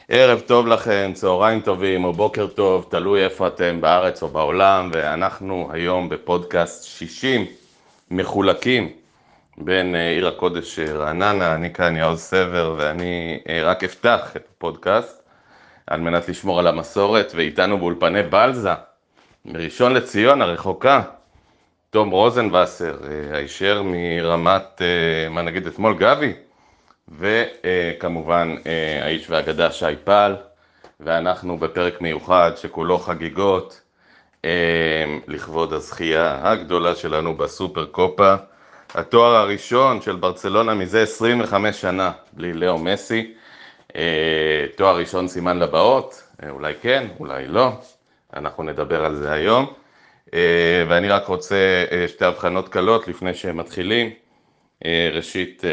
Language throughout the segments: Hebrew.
ערב טוב לכם, צהריים טובים או בוקר טוב, תלוי איפה אתם בארץ או בעולם, ואנחנו היום בפודקאסט 60 מחולקים בין עיר הקודש רעננה. אני כאן יעוז סבר ואני רק אפתח את הפודקאסט על מנת לשמור על המסורת, ואיתנו באולפני בלזה, מראשון לציון הרחוקה, תום רוזנווסר, הישר מרמת, מה נגיד אתמול, גבי, וכמובן האיש והאגדה שי פל, ואנחנו בפרק מיוחד שכולו חגיגות לכבוד הזכייה הגדולה שלנו בסופר קופה, התואר הראשון של ברצלונה מזה 25 שנה, בלי לאו מסי, תואר ראשון סימן לבאות, אולי כן, אולי לא, אנחנו נדבר על זה היום, ואני רק רוצה שתי הבחנות קלות לפני שהם מתחילים. ראשית,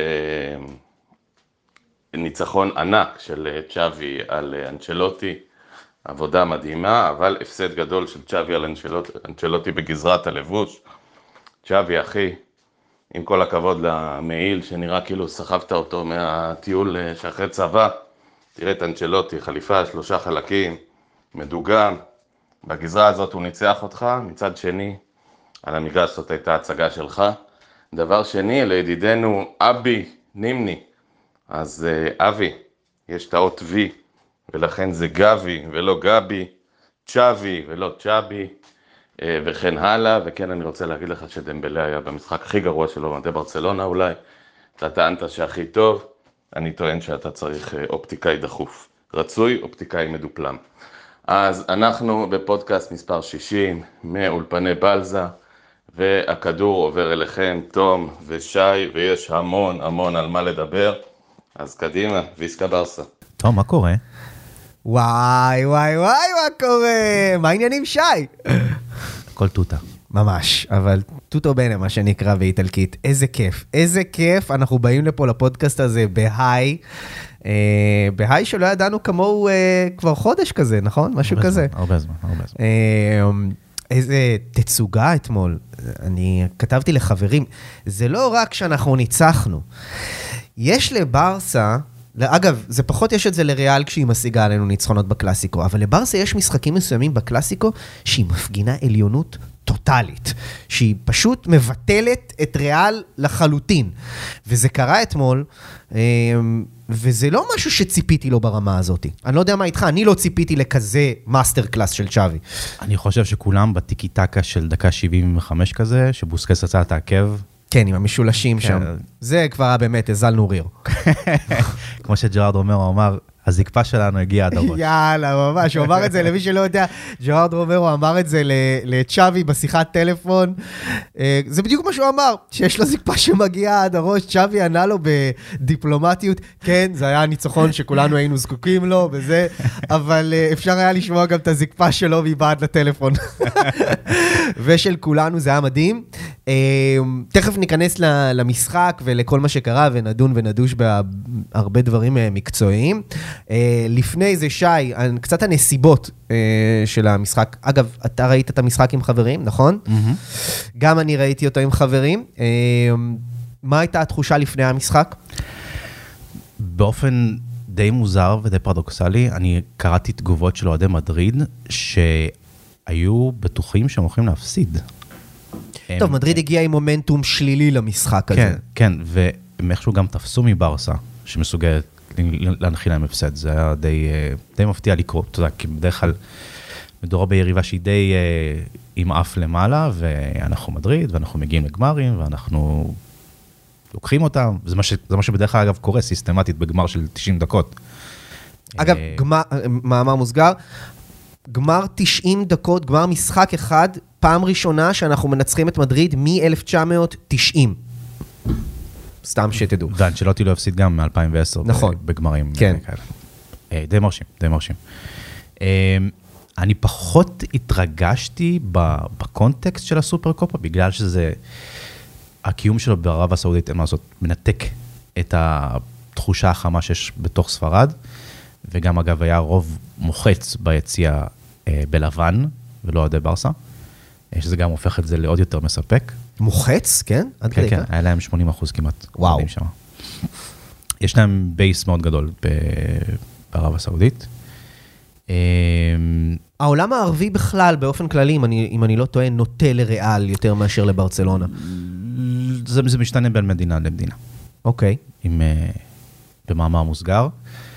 ניצחון ענק של צ'אבי על אנצ'לוטי, עבודה מדהימה, אבל הפסד גדול של צ'אבי על אנצ'לוטי בגזרת הלבוש. צ'אבי אחי, עם כל הכבוד למעיל שנראה כאילו סחבת אותו מהטיול שאחרי צבא, תראה את אנצ'לוטי, חליפה 3 חלקים, מדוגם, בגזרה הזאת הוא ניצח אותך, מצד שני, על המגרש זאת הייתה הצגה שלך. דבר שני, לידידנו אבי נימני, אז אבי, יש את האות V, ולכן זה גבי ולא גבי, צ'אבי ולא צ'אבי, וכן הלאה. וכן, אני רוצה להגיד לך שדמבלה היה במשחק הכי גרוע שלו, במדי ברצלונה אולי, אתה טענת שהכי טוב, אני טוען שאתה צריך אופטיקאי דחוף, רצוי אופטיקאי מדופלם. אז אנחנו בפודקאסט מספר 60 מאולפני בלזה, והכדור עובר אליכם, תום ושי, ויש המון על מה לדבר. אז קדימה, ויסקה ברסה. טוב, מה קורה? וואי, מה קורה? מה העניינים, שי? הכל טוטה. ממש, אבל טוטו בנה, מה שנקרא באיטלקית. איזה כיף, אנחנו באים לפה לפודקאסט הזה בהיי, בהיי שלא ידענו כמוהו כבר חודש כזה, נכון? משהו כזה. הרבה זמן. איזה תצוגה אתמול. אני כתבתי לחברים, זה לא רק שאנחנו ניצחנו, יש לברסה, אגב, זה פחות יש את זה לריאל כשהיא משיגה עלינו ניצחונות בקלאסיקו, אבל לברסה יש משחקים מסוימים בקלאסיקו שהיא מפגינה עליונות טוטלית, שהיא פשוט מבטלת את ריאל לחלוטין. וזה קרה אתמול, וזה לא משהו שציפיתי לו ברמה הזאת. אני לא יודע מה איתך, אני לא ציפיתי לכזה מאסטר קלאס של צ'אבי. אני חושב שכולם בטיקי טקה של דקה 75 כזה, שבוסקס רצה את העקב. כן, עם המשולשים שם. זה כבר באמת, הזלנו ריר. כמו שג'רארד רומרו אמר, הזקפה שלנו הגיעה עד הראש. יאללה, ממש, הוא אמר את זה, למי שלא יודע, ג'רארד רומרו אמר את זה לצ'אבי בשיחת טלפון, זה בדיוק מה שהוא אמר, שיש לו זקפה שמגיעה עד הראש, צ'אבי ענה לו בדיפלומטיות, כן, זה היה הניצחון שכולנו היינו זקוקים לו, וזה, אבל אפשר היה לשמוע גם את הזקפה שלו מבעד לטלפון. ושל כולנו, זה היה מדהים. תכף ניכנס למשחק ולכל מה שקרה, ונדון ונדוש בהרבה דברים מקצועיים. לפני זה, שי, קצת הנסיבות של המשחק. אגב, אתה ראית את המשחק עם חברים, נכון? גם אני ראיתי אותו עם חברים. מה הייתה התחושה לפני המשחק? באופן די מוזר ודי פרדוקסלי, אני קראתי תגובות של אוהדי מדריד, שהיו בטוחים שהם הולכים להפסיד. טוב, מדריד הגיע עם מומנטום שלילי למשחק הזה. כן, והם איכשהו גם תפסו מברסה, שמסוגלת להנחיל להם הפסד. זה היה די מפתיע לקרוא, אתה יודע, כי בדרך כלל מדובר ביריבה שהיא די עם אף למעלה, ואנחנו מדריד, ואנחנו מגיעים לגמרים, ואנחנו לוקחים אותם, זה מה שבדרך כלל אגב קורה סיסטמטית בגמר של 90 דקות. אגב, מאמר מוסגר, גמר 90 דקות, גמר משחק אחד, פעם ראשונה שאנחנו מנצחים את מדריד מ-1990. סתם שתדעו. ואנצ'לוטי לא הפסיד גם מ-2010 נכון. בגמרים כן. כאלה. די מרשים. אני פחות התרגשתי בקונטקסט של הסופר קופה, בגלל שזה, הקיום שלו בערב הסעודית, אין מה לעשות, מנתק את התחושה החמה שיש בתוך ספרד, וגם אגב היה רוב מוחץ ביציאה בלבן, ולא עדי ברסה, שזה גם הופך את זה לעוד יותר מספק. מוחץ, כן? כן, היה להם 80% כמעט. וואו. יש להם בייס מאוד גדול בערב הסעודית. העולם הערבי בכלל, באופן כללי, אם אני לא טועה, נוטה לריאל יותר מאשר לברצלונה. זה משתנה בין מדינה למדינה. אוקיי. במאמר מוסגר.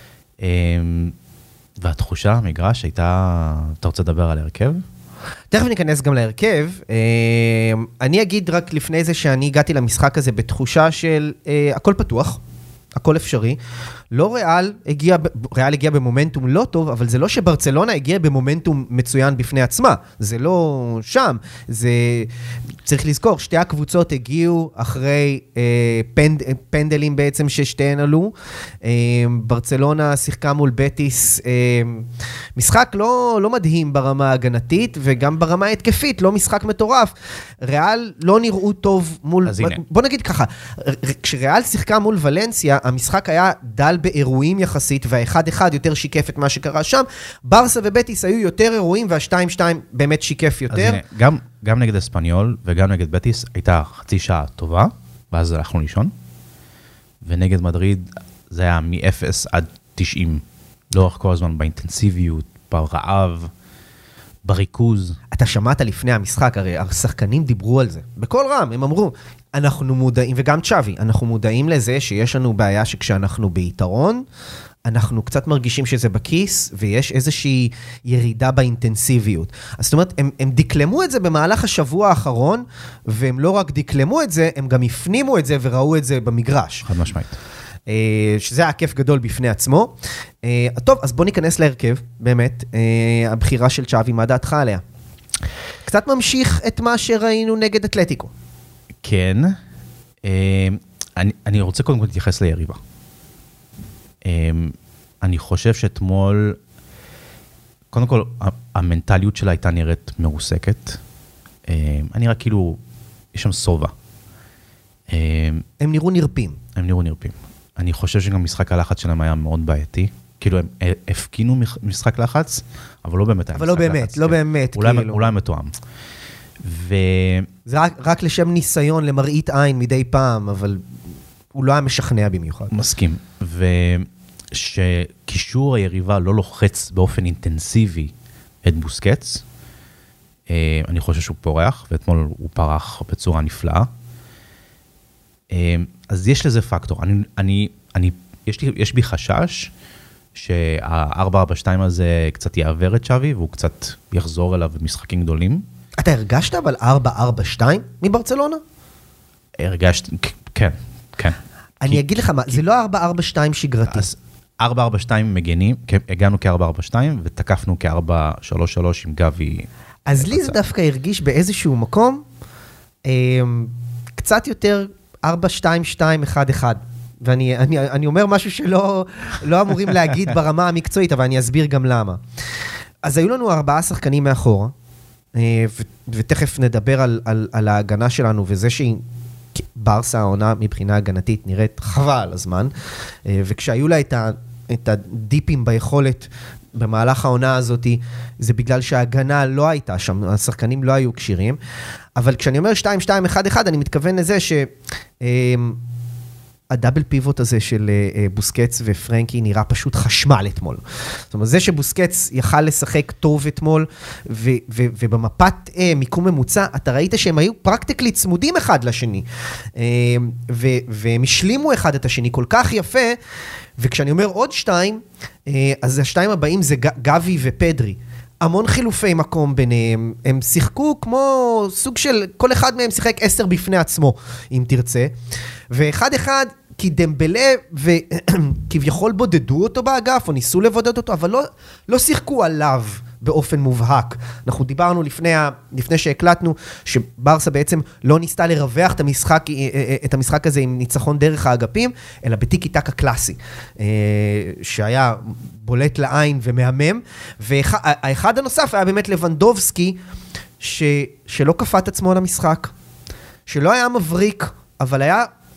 והתחושה, המגרש, הייתה... אתה רוצה לדבר על הרכב? תכף ניכנס גם להרכב. אני אגיד רק לפני זה שאני הגעתי למשחק הזה בתחושה של הכל פתוח, הכל אפשרי. לא ריאל הגיע במומנטום לא טוב, אבל זה לא שברצלונה הגיע במומנטום מצוין בפני עצמה. זה לא שם. זה, צריך לזכור, שתי הקבוצות הגיעו אחרי פנדלים בעצם ששתיהן עלו. ברצלונה שיחקה מול בטיס, משחק לא מדהים ברמה ההגנתית, וגם ברמה ההתקפית, לא משחק מטורף. ריאל לא נראו טוב מול... בוא נגיד ככה, כשריאל שיחקה מול ולנסיה, המשחק היה דל באירועים יחסית, וה-1-1 יותר שיקף את מה שקרה שם. ברסה ובטיס היו יותר אירועים, וה-2-2 באמת שיקף יותר. אז הנה, גם נגד אספניול וגם נגד בטיס הייתה חצי שעה טובה, ואז הלכנו לישון, ונגד מדריד זה היה מ-0 עד 90, לאורך כל הזמן באינטנסיביות, ברעב, בריכוז. אתה שמעת לפני המשחק, הרי השחקנים דיברו על זה. בכל רם, הם אמרו, אנחנו מודעים, וגם צ'אבי, אנחנו מודעים לזה שיש לנו בעיה שכשאנחנו ביתרון, אנחנו קצת מרגישים שזה בכיס, ויש איזושהי ירידה באינטנסיביות. אז זאת אומרת, הם דקלמו את זה במהלך השבוע האחרון, והם לא רק דקלמו את זה, הם גם הפנימו את זה וראו את זה במגרש. חד משמעית. שזה היה כיף גדול בפני עצמו. טוב, אז בוא ניכנס להרכב, באמת, הבחירה של צ'אבי, מה דעתך עליה? קצת ממשיך את מה שראינו נגד אתלטיקו. כן, אני רוצה קודם כל להתייחס ליריבה. אני חושב שאתמול, קודם כל, המנטליות שלה הייתה נראית מרוסקת. אני רק כאילו, יש שם סובה. הם נראו נרפים. הם נראו נרפים. אני חושב שגם משחק הלחץ שלהם היה מאוד בעייתי. כאילו הם הפקינו משחק לחץ, אבל לא באמת היה משחק לחץ. אבל לא באמת, לא באמת. אולי מתואם. זה רק לשם ניסיון, למראית עין מדי פעם, אבל הוא לא היה משכנע במיוחד. מסכים. ושקישור היריבה לא לוחץ באופן אינטנסיבי את בוסקץ, אני חושב שהוא פורח, ואתמול הוא פרח בצורה נפלאה. אז יש לזה פקטור. יש בי חשש שה-4-4-2 הזה קצת יעבר את צ'אבי, והוא קצת יחזור אליו במשחקים גדולים. אתה הרגשת אבל 4-4-2 מברצלונה? הרגשת, כן, כן. אני אגיד לך מה, זה לא 4-4-2 שגרתי. אז 4-4-2 מגנים, הגענו כ-4-4-2 ותקפנו כ-4-3-3 עם גבי. אז לי זה דווקא הרגיש באיזשהו מקום, קצת יותר 4-2-2-1-1. ואני אומר משהו שלא אמורים להגיד ברמה המקצועית, אבל אני אסביר גם למה. אז היו לנו 4 שחקנים מאחורה, ותכף נדבר על ההגנה שלנו, וזה שהיא ברסה העונה מבחינה הגנתית נראית חבל הזמן, וכשהיו לה את הדיפים ביכולת במהלך העונה הזאת, זה בגלל שההגנה לא הייתה שם, השחקנים לא היו קשירים, אבל כשאני אומר 2-2-1-1, אני מתכוון לזה הדאבל פיבוט הזה של בוסקץ ופרנקי נראה פשוט חשמל אתמול. זאת אומרת, זה שבוסקץ יכל לשחק טוב אתמול, ובמפת מיקום ממוצע, אתה ראית שהם היו פרקטיקלי צמודים אחד לשני, והם השלימו אחד את השני כל כך יפה, וכשאני אומר עוד 2, אז השתיים הבאים זה גבי ופדרי. המון חילופי מקום ביניהם, הם שיחקו כמו סוג של, כל אחד מהם שיחק 10 בפני עצמו, אם תרצה, ואחד כי דמבלה וכביכול בודדו אותו באגף, או ניסו לבודד אותו, אבל לא שיחקו עליו באופן מובהק. אנחנו דיברנו לפני שהקלטנו, שברסה בעצם לא ניסתה לרווח את המשחק הזה עם ניצחון דרך האגפים, אלא בטיקי טקה קלאסי, שהיה בולט לעין ומהמם, והאחד הנוסף היה באמת לבנדובסקי, שלא קפת עצמו למשחק, שלא היה מבריק, אבל היה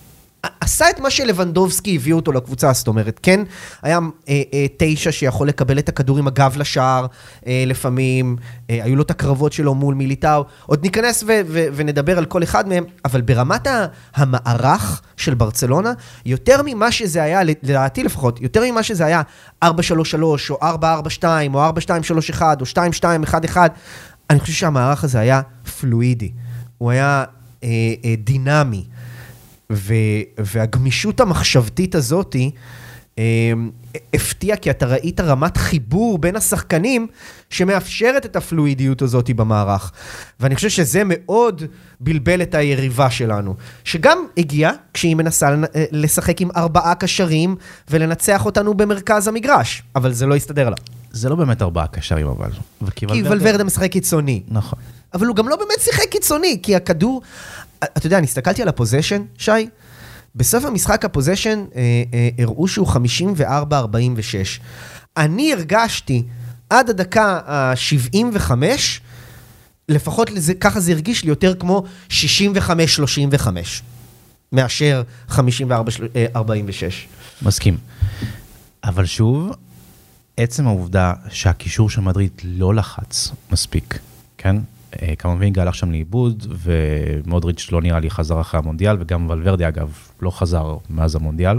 עשה את מה שלוונדובסקי הביא אותו לקבוצה, זאת אומרת, כן, היה 9 שיכול לקבל את הכדור עם הגב לשער, לפעמים, היו לו את הקרבות שלו מול מיליטאו, עוד ניכנס ונדבר על כל אחד מהם, אבל ברמת המערך של ברצלונה, יותר ממה שזה היה, לדעתי לפחות, יותר ממה שזה היה 4-3-3, או 4-4-2, או 4-2-3-1, או 2-2-1-1, אני חושב שהמערך הזה היה פלואידי, הוא היה דינמי, והגמישות המחשבתית הזאת הפתיע, כי אתה ראית רמת חיבור בין השחקנים שמאפשרת את הפלואידיות הזאת במערך. ואני חושב שזה מאוד בלבל את היריבה שלנו, שגם הגיעה כשהיא מנסה לשחק עם 4 קשרים ולנצח אותנו במרכז המגרש, אבל זה לא יסתדר לה. זה לא באמת 4 קשרים, אבל. כי ולוורדה משחק קיצוני. נכון. אבל הוא גם לא באמת שיחק קיצוני, כי הכדור, אתה יודע, אני הסתכלתי על הפוזיישן, שי, בסוף המשחק הפוזיישן הראו שהוא 54-46. אני הרגשתי עד הדקה ה-75, לפחות ככה זה הרגיש לי יותר כמו 65-35, מאשר 54-46. מסכים. אבל שוב, עצם העובדה שהקישור של מדריד לא לחץ מספיק, כן? כמובן גלח שם לאיבוד, ומודריץ' לא נראה לי חזר אחרי המונדיאל, וגם ולוורדי אגב לא חזר מאז המונדיאל.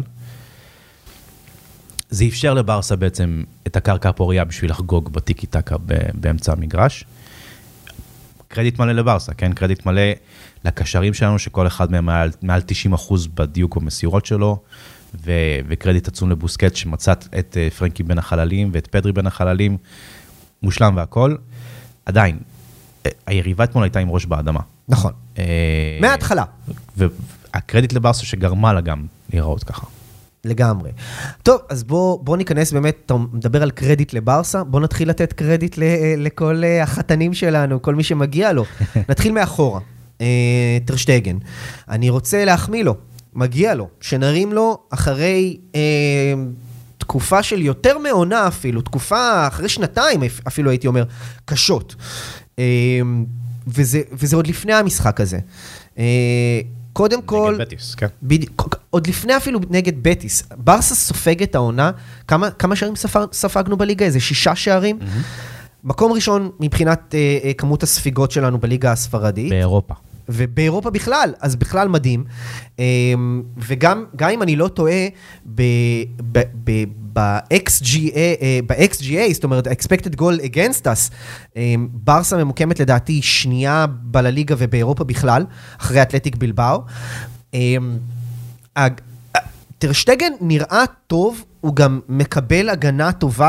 זה אפשר לברסה בעצם את הקרקע הפוריה בשביל לחגוג בטיקי טקה באמצע המגרש. קרדיט מלא לברסה, כן? קרדיט מלא לקשרים שלנו, שכל אחד מהם מעל 90% בדיוק במסירות שלו, וקרדיט עצום לבוסקט שמצאת את פרנקי בין החללים ואת פדרי בין החללים, מושלם והכל. עדיין, היריבה אתמול הייתה עם ראש באדמה. נכון. מההתחלה. והקרדיט לברסה שגרמה לה גם להיראות ככה. לגמרי. טוב, אז בוא ניכנס באמת, אתה מדבר על קרדיט לברסה, בוא נתחיל לתת קרדיט לכל החתנים שלנו, כל מי שמגיע לו. נתחיל מאחורה. טרשטגן. אני רוצה להחמיא לו, מגיע לו, שנרים לו אחרי תקופה של יותר מעונה אפילו, תקופה אחרי 2 אפילו הייתי אומר, קשות. וזה עוד לפני המשחק הזה. קודם כל... נגד בטיס, כן. עוד לפני אפילו נגד בטיס. ברסה סופג את העונה, כמה שערים ספגנו בליגה? איזה 6 שערים? מקום ראשון מבחינת כמות הספיגות שלנו בליגה הספרדית. באירופה. ובאירופה בכלל, אז בכלל מדהים. וגם אם אני לא טועה, ב-XGA, זאת אומרת, expected goal against us, ברסה ממוקמת לדעתי שנייה בלליגה ובאירופה בכלל, אחרי אתלטיק בלבאו. טרשטגן נראה טוב, הוא גם מקבל הגנה טובה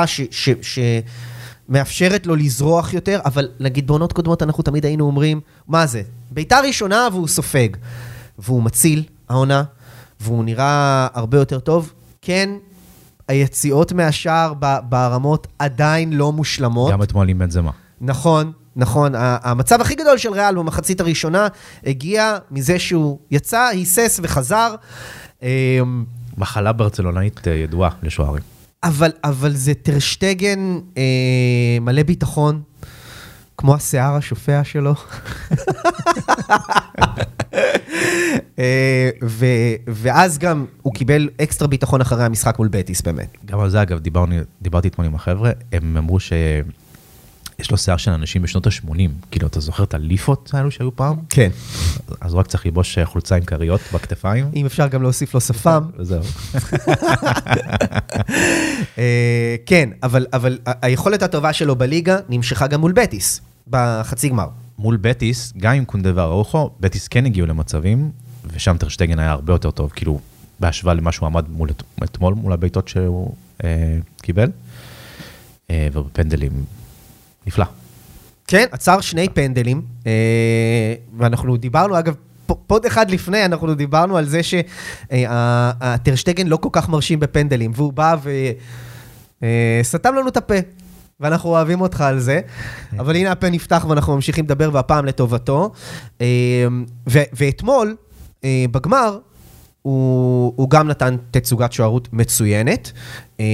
מאפשרת לו לזרוח יותר, אבל נגיד בעונות קודמות אנחנו תמיד היינו אומרים, מה זה? ביתה ראשונה והוא סופג, והוא מציל העונה, והוא נראה הרבה יותר טוב. כן, היציאות מהשער ברמות עדיין לא מושלמות. גם אתמול עם בנזמה. נכון, נכון. המצב הכי גדול של ריאל במחצית הראשונה הגיע מזה שהוא יצא, היסס וחזר. מחלה ברצלונאית ידועה לשוערים. אבל זה טרשטגן מלא ביטחון, כמו השיער השופע שלו. ואז גם הוא קיבל אקסטרה ביטחון אחרי המשחק מול בטיס באמת. גם על זה אגב, דיברתי אתמול עם החבר'ה, הם אמרו יש לו שיער של אנשים בשנות ה-80, כאילו אתה זוכר את הליפות האלו שהיו פעם? כן. אז הוא רק צריך לבוש חולצה עם קריות בכתפיים. אם אפשר גם להוסיף לו שפם. זהו. כן, אבל היכולת הטובה שלו בליגה נמשכה גם מול בטיס, בחצי גמר. מול בטיס, גם עם קונדה ואראוחו, בטיס כן הגיעו למצבים, ושם טרשטגן היה הרבה יותר טוב, כאילו בהשוואה למה שהוא עמד אתמול, מול הביתות שהוא קיבל, ובפנדלים נפלא. כן, עצר 2 פנדלים, ואנחנו דיברנו, אגב, פוד אחד לפני, אנחנו דיברנו על זה שהטרשטגן לא כל כך מרשים בפנדלים, והוא בא וסתם לנו את הפה, ואנחנו אוהבים אותך על זה, אבל הנה הפה נפתח ואנחנו ממשיכים לדבר, והפעם לטובתו, ואתמול, בגמר, הוא גם נתן תצוגת שוערות מצוינת,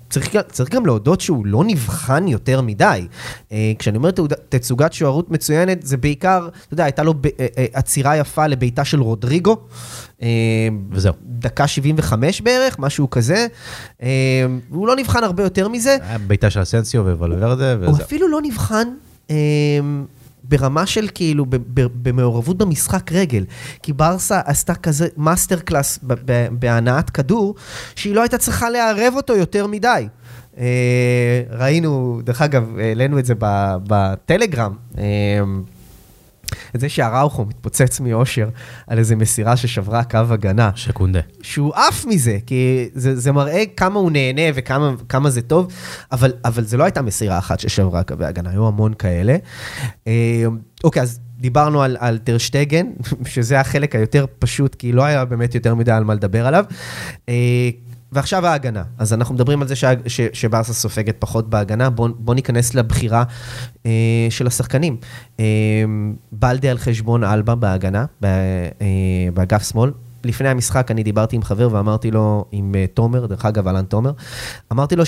צריך גם להודות שהוא לא נבחן יותר מדי. כשאני אומר תצוגת שוערות מצוינת, זה בעיקר, אתה יודע, הייתה לו עצירה יפה לביתה של רודריגו, וזהו. דקה 75 בערך, משהו כזה. הוא לא נבחן הרבה יותר מזה. היה ביתה של אסנסיו וולברדה, וזהו. הוא אפילו לא נבחן ברמה של כאילו, במעורבות במשחק רגל. כי ברסה עשתה כזה מאסטר קלאס בהנעת כדור, שהיא לא הייתה צריכה לערב אותו יותר מדי. ראינו, דרך אגב, העלינו את זה בטלגרם, את זה שהראוכו מתפוצץ מאושר על איזו מסירה ששברה קו הגנה. שקונדה. שהוא עף מזה, כי זה מראה כמה הוא נהנה וכמה זה טוב, אבל זה לא הייתה מסירה אחת ששברה קו הגנה, היו המון כאלה. אוקיי, אז דיברנו על טרשטגן, שזה החלק היותר פשוט, כי לא היה באמת יותר מדי על מה לדבר עליו. ועכשיו ההגנה. אז אנחנו מדברים על זה שברסה סופגת פחות בהגנה. בוא ניכנס לבחירה של השחקנים. בלדה על חשבון אלבה בהגנה, באגף שמאל. לפני המשחק אני דיברתי עם חבר ואמרתי לו, עם תומר, דרך אגב אלן תומר, אמרתי לו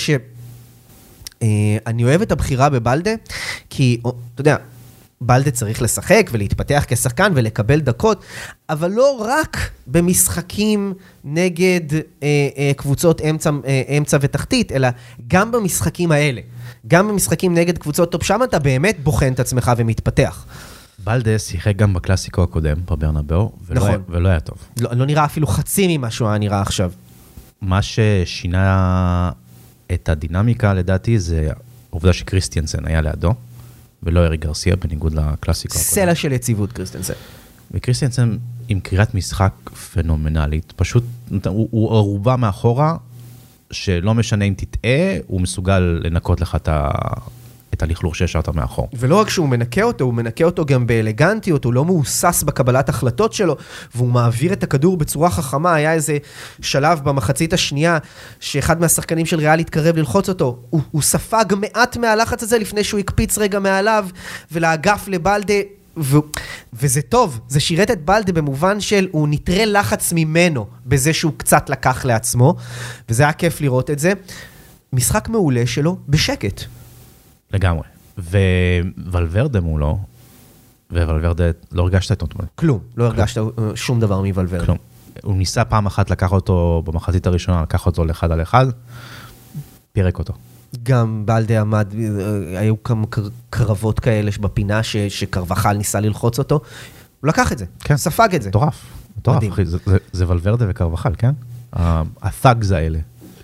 שאני אוהב את הבחירה בבלדה, כי, אתה יודע, בלדה צריך לשחק ולהתפתח כשחקן ולקבל דקות, אבל לא רק במשחקים נגד קבוצות אמצע ותחתית, אלא גם במשחקים האלה. גם במשחקים נגד קבוצות טופ, שם אתה באמת בוחן את עצמך ומתפתח. בלדה שיחק גם בקלאסיקו הקודם, בברנבאו, ולא היה טוב. לא נראה אפילו חצי ממה שהוא היה נראה עכשיו. מה ששינה את הדינמיקה, לדעתי, זה העובדה שקריסטיאנסן היה לידו, ולא אריק גרסיה, בניגוד לקלאסיקו. סלע של יציבות, קריסטיאנסן. וקריסטיאנסן עם קריאת משחק פנומנלית, פשוט הוא ערובה מאחורה, שלא משנה אם תטעה, הוא מסוגל לנקות לך את הלכלוך שהשארת מאחור. ולא רק שהוא מנקה אותו, הוא מנקה אותו גם באלגנטיות, הוא לא מהוסס בקבלת החלטות שלו, והוא מעביר את הכדור בצורה חכמה. היה איזה שלב במחצית השנייה, שאחד מהשחקנים של ריאל התקרב ללחוץ אותו, הוא ספג מעט מהלחץ הזה, לפני שהוא הקפיץ רגע מעליו, ולאגף לבלדה, וזה טוב, זה שירת את בלדה במובן של הוא נטרל לחץ ממנו, בזה שהוא קצת לקח לעצמו, וזה היה כיף לראות את זה. משחק מעולה שלו, בשקט. לגמרי. ווולברדה מולו, ווולברדה לא הרגשת את אותו. כלום, לא הרגשת שום דבר מוולברדה. כלום. הוא ניסה פעם אחת לקח אותו, במחצית הראשונה, לקח אותו לאחד על אחד, פירק אותו. גם בלדה עמד, היו כמה קרבות כאלה בפינה שקרבחל ניסה ללחוץ אותו, הוא לקח את זה, כן. ספג את זה. מטורף, מטורף, אחי, זה וולברדה וקרבחל, כן? התאגז האלה.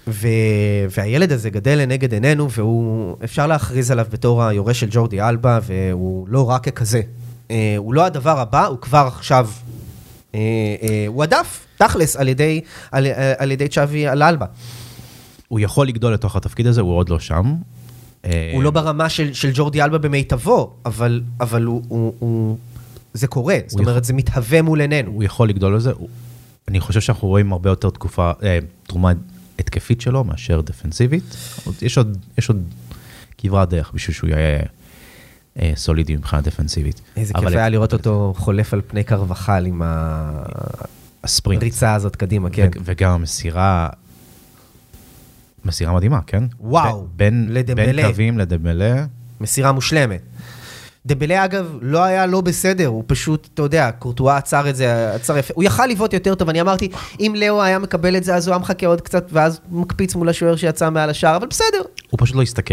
והילד הזה גדל לנגד עינינו, והוא, אפשר להכריז עליו בתור היורש של ג'ורדי אלבה, והוא לא רק כזה. הוא לא הדבר הבא, הוא כבר עכשיו, הוא עדף, תכלס, על ידי צ'אבי על אלבה. הוא יכול לגדול לתוך התפקיד הזה, הוא עוד לא שם. הוא לא ברמה של ג'ורדי אלבה במיטבו, אבל זה קורה, זאת אומרת, זה מתהווה מול עינינו. הוא יכול לגדול לזה, אני חושב שאנחנו רואים הרבה יותר תרומה התקפית שלו, מאשר דפנסיבית. יש עוד כברת דרך בשביל שהוא יהיה סולידי מבחינה דפנסיבית. איזה כיף היה לראות אותו חולף על פני קרבחל עם הספרינט. הריצה הזאת קדימה, כן. וגם המסירה, מסירה מדהימה, כן? וואו, בין קווים לדמבלה. מסירה מושלמת. דמבלה, אגב, לא היה לא בסדר, הוא פשוט, אתה יודע, קורטואה עצר את זה, עצר יפה. הוא יכל לבעוט יותר טוב, אני אמרתי, אם לאו היה מקבל את זה, אז הוא היה מחכה עוד קצת, ואז מקפיץ מול השוער שיצא מעל השער, אבל בסדר. הוא פשוט לא הסתכל.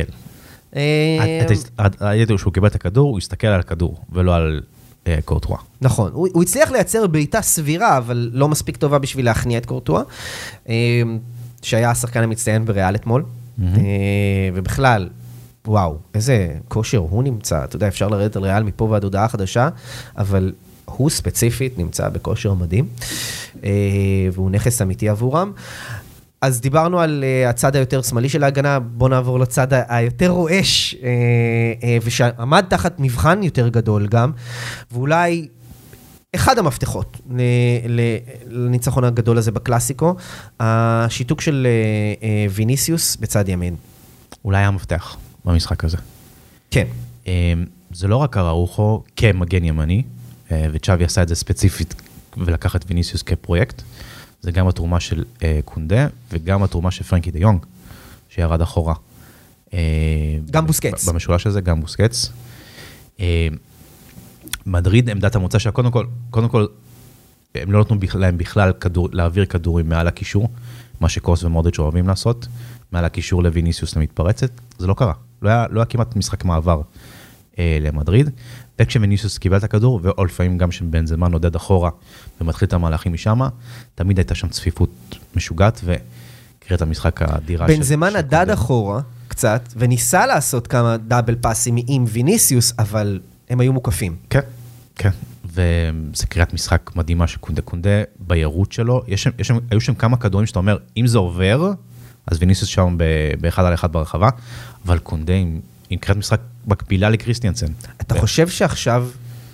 הידע שהוא קיבל את הכדור, הוא הסתכל על הכדור, ולא על קורטואה. נכון, הוא הצליח לייצר בעיטה סבירה, אבל לא מספיק טובה בשביל להכניע את קורטואה, שהיה השחקן המצטיין בריאל אתמול, ובכלל, וואו, איזה כושר הוא נמצא, אתה יודע, אפשר לרדת על ריאל מפה ועד הודעה חדשה, אבל הוא ספציפית נמצא בכושר מדהים, והוא נכס אמיתי עבורם. אז דיברנו על הצד היותר שמאלי של ההגנה, בוא נעבור לצד היותר רועש, ושעמד תחת מבחן יותר גדול גם, ואולי אחד המפתחות לניצחון הגדול הזה בקלאסיקו, השיתוק של ויניסיוס בצד ימין. אולי המפתח במשחק הזה. כן. זה לא רק אראוחו כמגן ימני, וצ'אבי עשה את זה ספציפית ולקח את ויניסיוס כפרויקט, זה גם התרומה של קונדה, וגם התרומה של פרנקי דה יונג, שירד אחורה. גם בוסקץ. במשולש הזה, גם בוסקץ. מדריד, עמדת המוצא שלה, קודם כל, הם לא נתנו להם בכלל להעביר כדורים מעל הקישור, מה שקרוס ומודריץ' אוהבים לעשות, מעל הקישור לויניסיוס למתפרצת, זה לא קרה. לא היה כמעט משחק מעבר למדריד, וכשוויניסיוס קיבל את הכדור, או לפעמים גם שבנזמה נודד אחורה, ומתחיל את המהלכים משם, תמיד הייתה שם צפיפות משוגעת, וקראת המשחק האדירה. בנזמה נדד אחורה קצת, וניסה לעשות כמה דאבל פאסים עם ויניסיוס, אבל הם היו מוקפים. כן, כן. וזה קריאת משחק מדהימה שקונדה בירות שלו. היו שם כמה כדורים שאתה אומר, אם זה עובר, אז ויניסיוס שם באחד על אחד ברחבה, אבל קונדה עם קריאת משחק מקבילה לקריסטיאנסן. אתה חושב שעכשיו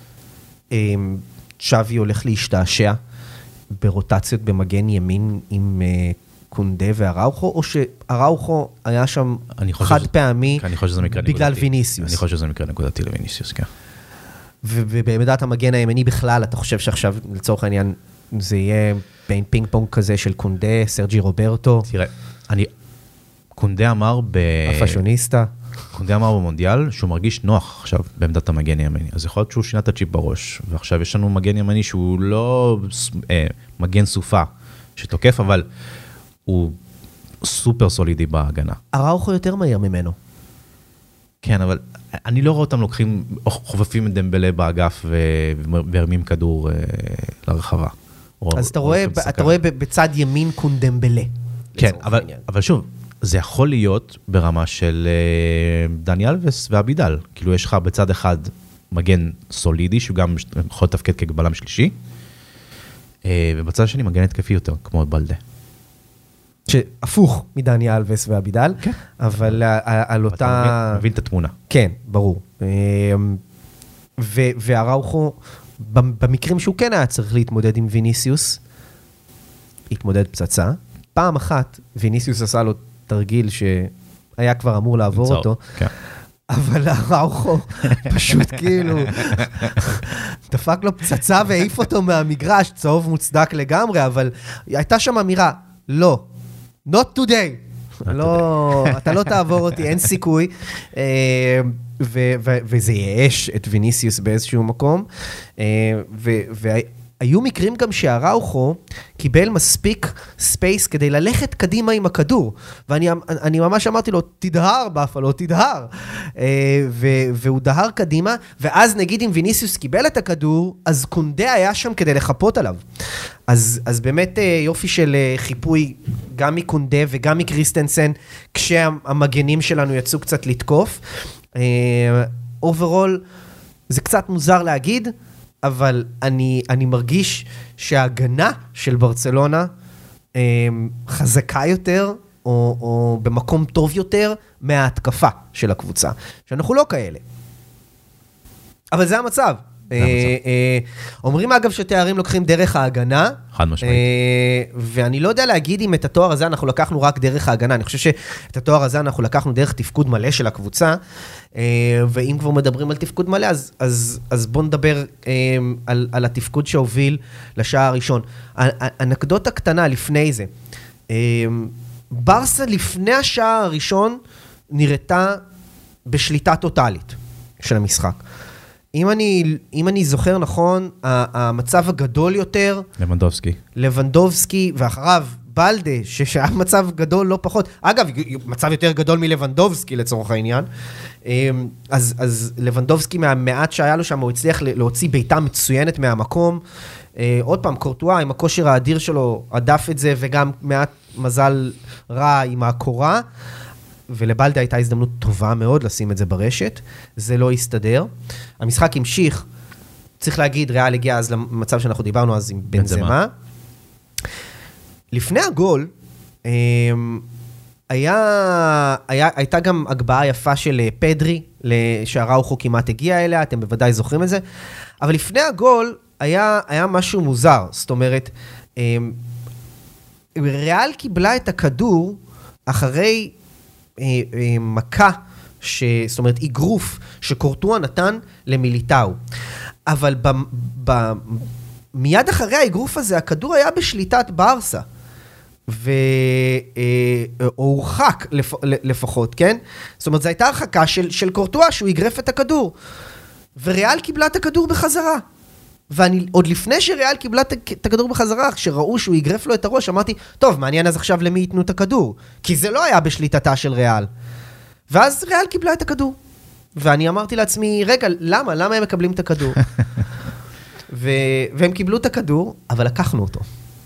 צ'אבי הולך להשתעשע ברוטציות במגן ימין עם קונדה והראוכו, או שהראוכו היה שם חד פעמי בגלל ויניסיוס? אני חושב שזה מקרה נקודתי לויניסיוס, כן. ובעמדת המגן הימני בכלל, אתה חושב שעכשיו, לצורך העניין, זה יהיה בין פינג פונג כזה של קונדה, סרג'י רוברטו? תראה, קונדה אמר הפאשוניסטה. קונדה אמר במונדיאל שהוא מרגיש נוח עכשיו בעמדת המגן הימני. אז יכול להיות שהוא שינה את הצ'יפ בראש, ועכשיו יש לנו מגן ימני שהוא לא מגן סופה שתוקף, אבל הוא סופר סולידי בהגנה. הראוכו יותר מהיר ממנו. כן, אבל אני לא רואה אותם לוקחים, חופפים את דמבלה באגף והרמים כדור לרחבה. אז אתה רואה בצד ימין קונדמבלה. כן, אבל שוב, זה יכול להיות ברמה של דני אלבס ואבידל. כאילו יש לך בצד אחד מגן סולידי, שהוא גם יכול לתפקד כבלם שלישי, ובצד השני מגן התקפי יותר, כמו בלדה. שהפוך מדני אלבס ואבידל, אבל על אותה... אתה מבין את התמונה. כן, ברור. והראוכו, במקרים שהוא כן היה צריך להתמודד עם ויניסיוס, התמודד פצצה. פעם אחת ויניסיוס עשה לו תרגיל שהיה כבר אמור לעבור אותו, אבל הראוכו פשוט כאילו דפק לו פצצה והעיף אותו מהמגרש, צהוב מוצדק לגמרי, אבל הייתה שם אמירה, לא, not today. לא, אתה לא תעבור אותי, אין סיכוי. וזה יאש את ויניסיוס באיזשהו מקום. והיו מקרים גם שהראוכו קיבל מספיק ספייס כדי ללכת קדימה עם הכדור. ואני ממש אמרתי לו, תדהר באפלו, תדהר. והוא דהר קדימה, ואז נגיד אם ויניסיוס קיבל את הכדור, אז קונדה היה שם כדי לחפות עליו. אז באמת יופי של חיפוי גם מקונדה וגם מקריסטנסן, כשהמגנים שלנו יצאו קצת לתקוף. אוברול, זה קצת מוזר להגיד, אבל אני מרגיש שההגנה של ברצלונה חזקה יותר, או במקום טוב יותר, מההתקפה של הקבוצה. שאנחנו לא כאלה. אבל זה המצב. אומרים אגב שתארים לוקחים דרך ההגנה. חד משמעית. ואני לא יודע להגיד אם את התואר הזה אנחנו לקחנו רק דרך ההגנה. אני חושב שאת התואר הזה אנחנו לקחנו דרך תפקוד מלא של הקבוצה. ואם כבר מדברים על תפקוד מלא, אז בואו נדבר על התפקוד שהוביל לשעה הראשון. אנקדוטה קטנה לפני זה. ברסה לפני השעה הראשון נראתה בשליטה טוטלית של המשחק. אם אני זוכר נכון, המצב הגדול יותר... לבנדובסקי, ואחריו בלדה, שהיה מצב גדול לא פחות. אגב, מצב יותר גדול מלבנדובסקי לצורך העניין. אז לבנדובסקי מהמעט שהיה לו שם, הוא הצליח להוציא ביתה מצוינת מהמקום. עוד פעם, קורטואה עם הכושר האדיר שלו, עדף את זה, וגם מעט מזל רע עם הקורה. ולבלדה הייתה הזדמנות טובה מאוד לשים את זה ברשת, זה לא יסתדר. המשחק המשיך, צריך להגיד, ריאל הגיע אז למצב שאנחנו דיברנו אז עם בנזמה. לפני הגול, הייתה גם הגבהה יפה של פדרי, שהראוכו כמעט הגיע אליה, אתם בוודאי זוכרים את זה, אבל לפני הגול היה משהו מוזר, זאת אומרת, ריאל קיבלה את הכדור אחרי מכה, זאת אומרת, אגרוף שקורטואה נתן למיליטאו. אבל מיד אחרי האגרוף הזה, הכדור היה בשליטת ברסה. או הורחק לפחות, כן? זאת אומרת, זו הייתה הרחקה של קורטואה שהוא יגרף את הכדור. וריאל קיבלה את הכדור בחזרה. ועוד לפני שריאל קיבלה את הכדור בחזרה, כשראו שהוא יגרף לו את הראש, אמרתי, טוב, מעניין אז עכשיו למי ייתנו את הכדור. כי זה לא היה בשליטתה של ריאל. ואז ריאל קיבלה את הכדור. ואני אמרתי לעצמי, רגע, למה הם מקבלים את הכדור? והם קיבלו את הכדור, אבל לקחנו אותו.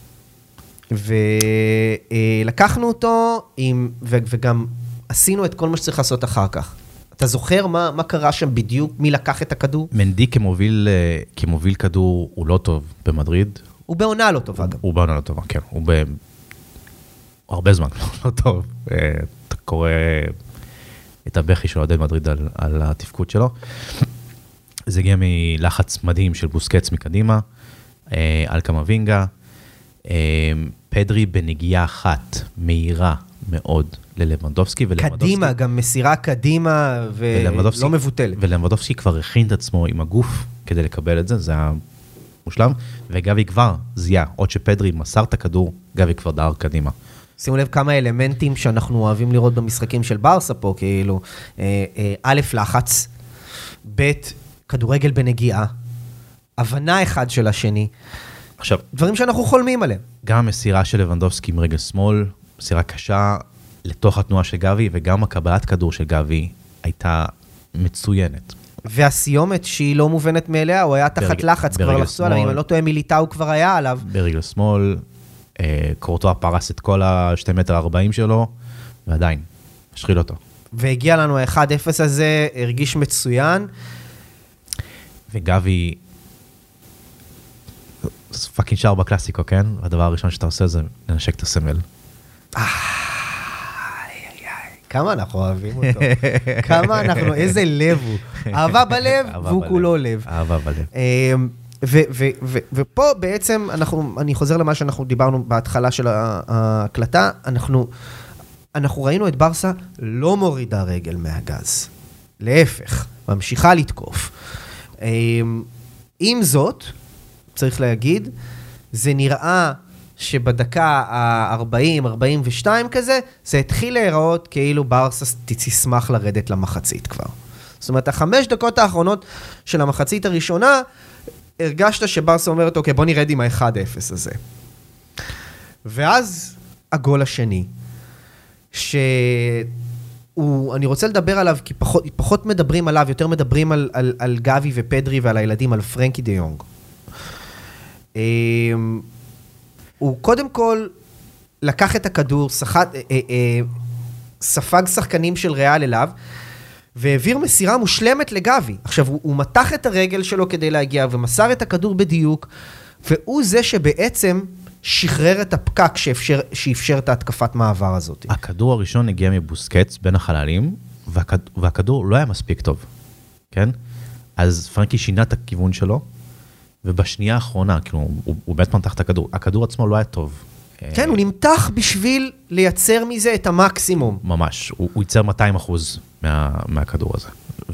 ולקחנו אותו, וגם עשינו את כל מה שצריך לעשות אחר כך. אתה זוכר מה קרה שם בדיוק? מי לקח את הכדור? מנדי כמוביל כדור הוא לא טוב במדריד. הוא בעונה לא טובה גם. הוא בעונה לא טובה, כן. הוא הרבה זמן לא טוב. אתה קורא את הבכי של עודד מדריד על התפקוד שלו. זה הגיע מלחץ מדהים של בוסקץ מקדימה, על קמבינגה, פדרי בנגיעה אחת, מהירה מאוד ללבנדובסקי. קדימה, גם מסירה קדימה ולא מבוטלת. ולבנדובסקי כבר הכין את עצמו עם הגוף כדי לקבל את זה, זה היה מושלם, וגבי כבר זיהה, עוד שפדרי מסר את הכדור, גבי כבר דהר קדימה. שימו לב כמה אלמנטים שאנחנו אוהבים לראות במשחקים של ברסה פה, כאילו, א', לחץ, ב', כדורגל בנגיעה, הבנה אחד של השני, עכשיו, דברים שאנחנו חולמים עליהם. גם המסירה של לבנדובסקי עם רגל שמאל, מסירה קשה לתוך התנועה של גבי, וגם הקבלת כדור של גבי הייתה מצוינת. והסיומת שהיא לא מובנת מאליה, הוא היה תחת לחץ כבר לחצו עליו, אם אני לא טועה מיליטאו כבר היה עליו. ברגל שמאל, קורטואה פרס את כל ה-2.40 מטר שלו, ועדיין, השחיל אותו. והגיע לנו ה-1-0 הזה, הרגיש מצוין. וגבי, זה פאקינג שער בקלאסיקו, כן? הדבר הראשון שאתה עושה זה לנשק את הסמל. כמה אנחנו אוהבים אותו. כמה אנחנו, איזה לב הוא. אהבה בלב, והוא כולו לב. אהבה בלב. ופה בעצם, אני חוזר למה שאנחנו דיברנו בהתחלה של ההקלטה, אנחנו ראינו את ברסה לא מורידה רגל מהגז. להפך, ממשיכה לתקוף. עם זאת, צריך להגיד, זה נראה שבדקה ה-40, 42 כזה, זה התחיל להיראות כאילו ברסה תשמח לרדת למחצית כבר. זאת אומרת, 5 דקות האחרונות של המחצית הראשונה, הרגשת שברסה אומרת, אוקיי, בוא נרד עם ה-1-0 הזה. ואז הגול השני, אני רוצה לדבר עליו, כי פחות מדברים עליו, יותר מדברים על גבי ופדרי ועל הילדים, על פרנקי דה יונג. הוא קודם כל לקח את הכדור, ספג שחקנים של ריאל אליו, והעביר מסירה מושלמת לגבי. עכשיו, הוא מתח את הרגל שלו כדי להגיע, ומסר את הכדור בדיוק, והוא זה שבעצם שחרר את הפקק שאפשר את ההתקפת מעבר הזאת. הכדור הראשון הגיע מבוסקץ בין החללים, והכדור לא היה מספיק טוב, כן? אז פרנקי שינה את הכיוון שלו, ובשנייה האחרונה, כאילו, הוא באמת מתח את הכדור. הכדור עצמו לא היה טוב. כן, הוא נמתח בשביל לייצר מזה את המקסימום. ממש, הוא ייצר 200% מהכדור הזה.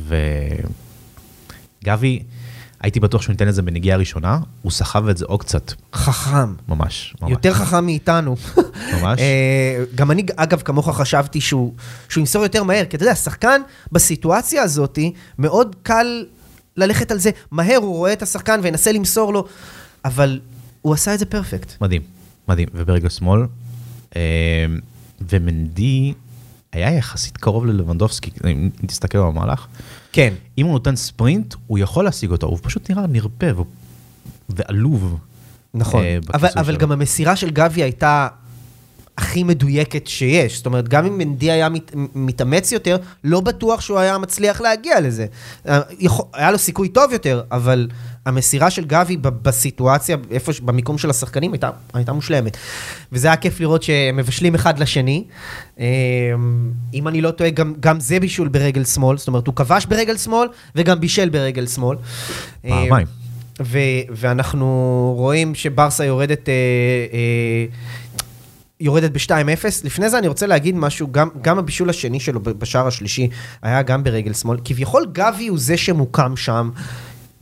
וגבי, הייתי בטוח שהוא ניתן את זה בנגיעה הראשונה, הוא סחב את זה עוד קצת. חכם. ממש. יותר חכם מאיתנו. ממש. גם אני, אגב, כמוך חשבתי שהוא ימסור יותר מהר, כי אתה יודע, השחקן בסיטואציה הזאת, מאוד קל ללכת על זה. מהר הוא רואה את השחקן וינסה למסור לו, אבל הוא עשה את זה פרפקט. מדהים, מדהים. וברגל שמאל, ומנדי היה יחסית קרוב ללבנדובסקי, אם תסתכל במהלך. כן. אם הוא נותן ספרינט, הוא יכול להשיג אותו, הוא פשוט נראה נרפה ועלוב. נכון, אבל גם המסירה של גבי הייתה הכי מדויקת שיש. זאת אומרת, גם אם מנדי היה מתאמץ יותר, לא בטוח שהוא היה מצליח להגיע לזה. היה לו סיכוי טוב יותר, אבל המסירה של גבי בסיטואציה, איפה, במיקום של השחקנים, הייתה מושלמת. וזה היה כיף לראות שהם מבשלים אחד לשני. אם אני לא טועה, גם זה בישול ברגל שמאל. זאת אומרת, הוא כבש ברגל שמאל, וגם בישל ברגל שמאל. פעמיים. ואנחנו רואים שברסה יורדת ב-2-0. לפני זה אני רוצה להגיד משהו, גם הבישול השני שלו בשער השלישי היה גם ברגל שמאל. כביכול גבי הוא זה שמוקם שם.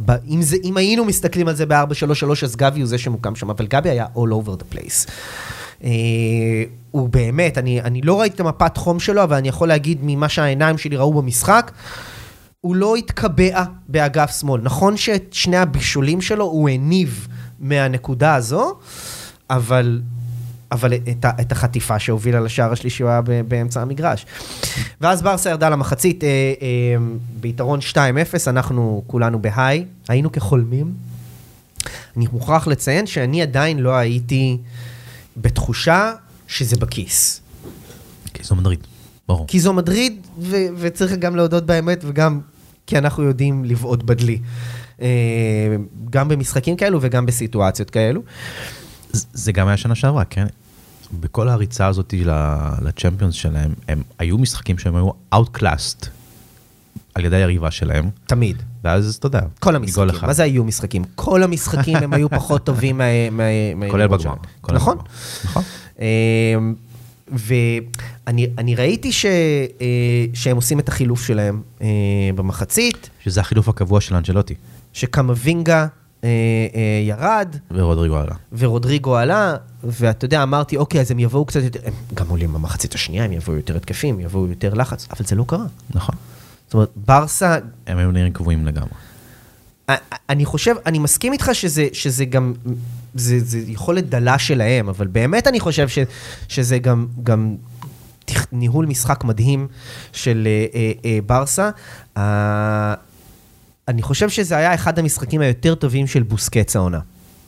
אם היינו מסתכלים על זה ב-4-3-3, אז גבי הוא זה שמוקם שם, אבל גבי היה all over the place. הוא באמת, אני לא ראיתי את המפת חום שלו, אבל אני יכול להגיד ממה שהעיניים שלי ראו במשחק, הוא לא התקבע באגף שמאל. נכון שאת שני הבישולים שלו הוא הניב מהנקודה הזו, אבל את החטיפה שהובילה לשער השלישי הוא היה באמצע המגרש. ואז ברסה ירדה למחצית ביתרון 2-0, אנחנו כולנו בהיי, היינו כחולמים. אני מוכרח לציין שאני עדיין לא הייתי בתחושה שזה בכיס. כי זו מדריד, ברור. כי זו מדריד, וצריך גם להודות באמת, וגם כי אנחנו יודעים לבעוט בדלי. גם במשחקים כאלו וגם בסיטואציות כאלו. זה גם היה שנה שעברה, כן? בכל הריצה הזאת לצ'מפיונס שלהם, הם היו משחקים שהם היו outclassed על ידי היריבה שלהם. תמיד. ואז אתה יודע, כל המשחקים. מה זה היו משחקים? כל המשחקים הם היו פחות טובים כולל בגמר. נכון? נכון. ואני ראיתי שהם עושים את החילוף שלהם במחצית. שזה החילוף הקבוע של אנג'לוטי. שקמבינגה ירד. ורודריגו עלה. ואתה יודע, אמרתי, אוקיי, אז הם יבואו קצת יותר, הם גם עולים במחצית השנייה, הם יבואו יותר התקפים, יבואו יותר לחץ, אבל זה לא קרה. נכון. זאת אומרת, ברסה... הם היו נראים קבועים לגמרי. אני חושב, אני מסכים איתך שזה גם, זה יכולת דלה שלהם, אבל באמת אני חושב שזה גם ניהול משחק מדהים של ברסה. אני חושב שזה היה אחד המשחקים היותר טובים של בוסקץ העונה.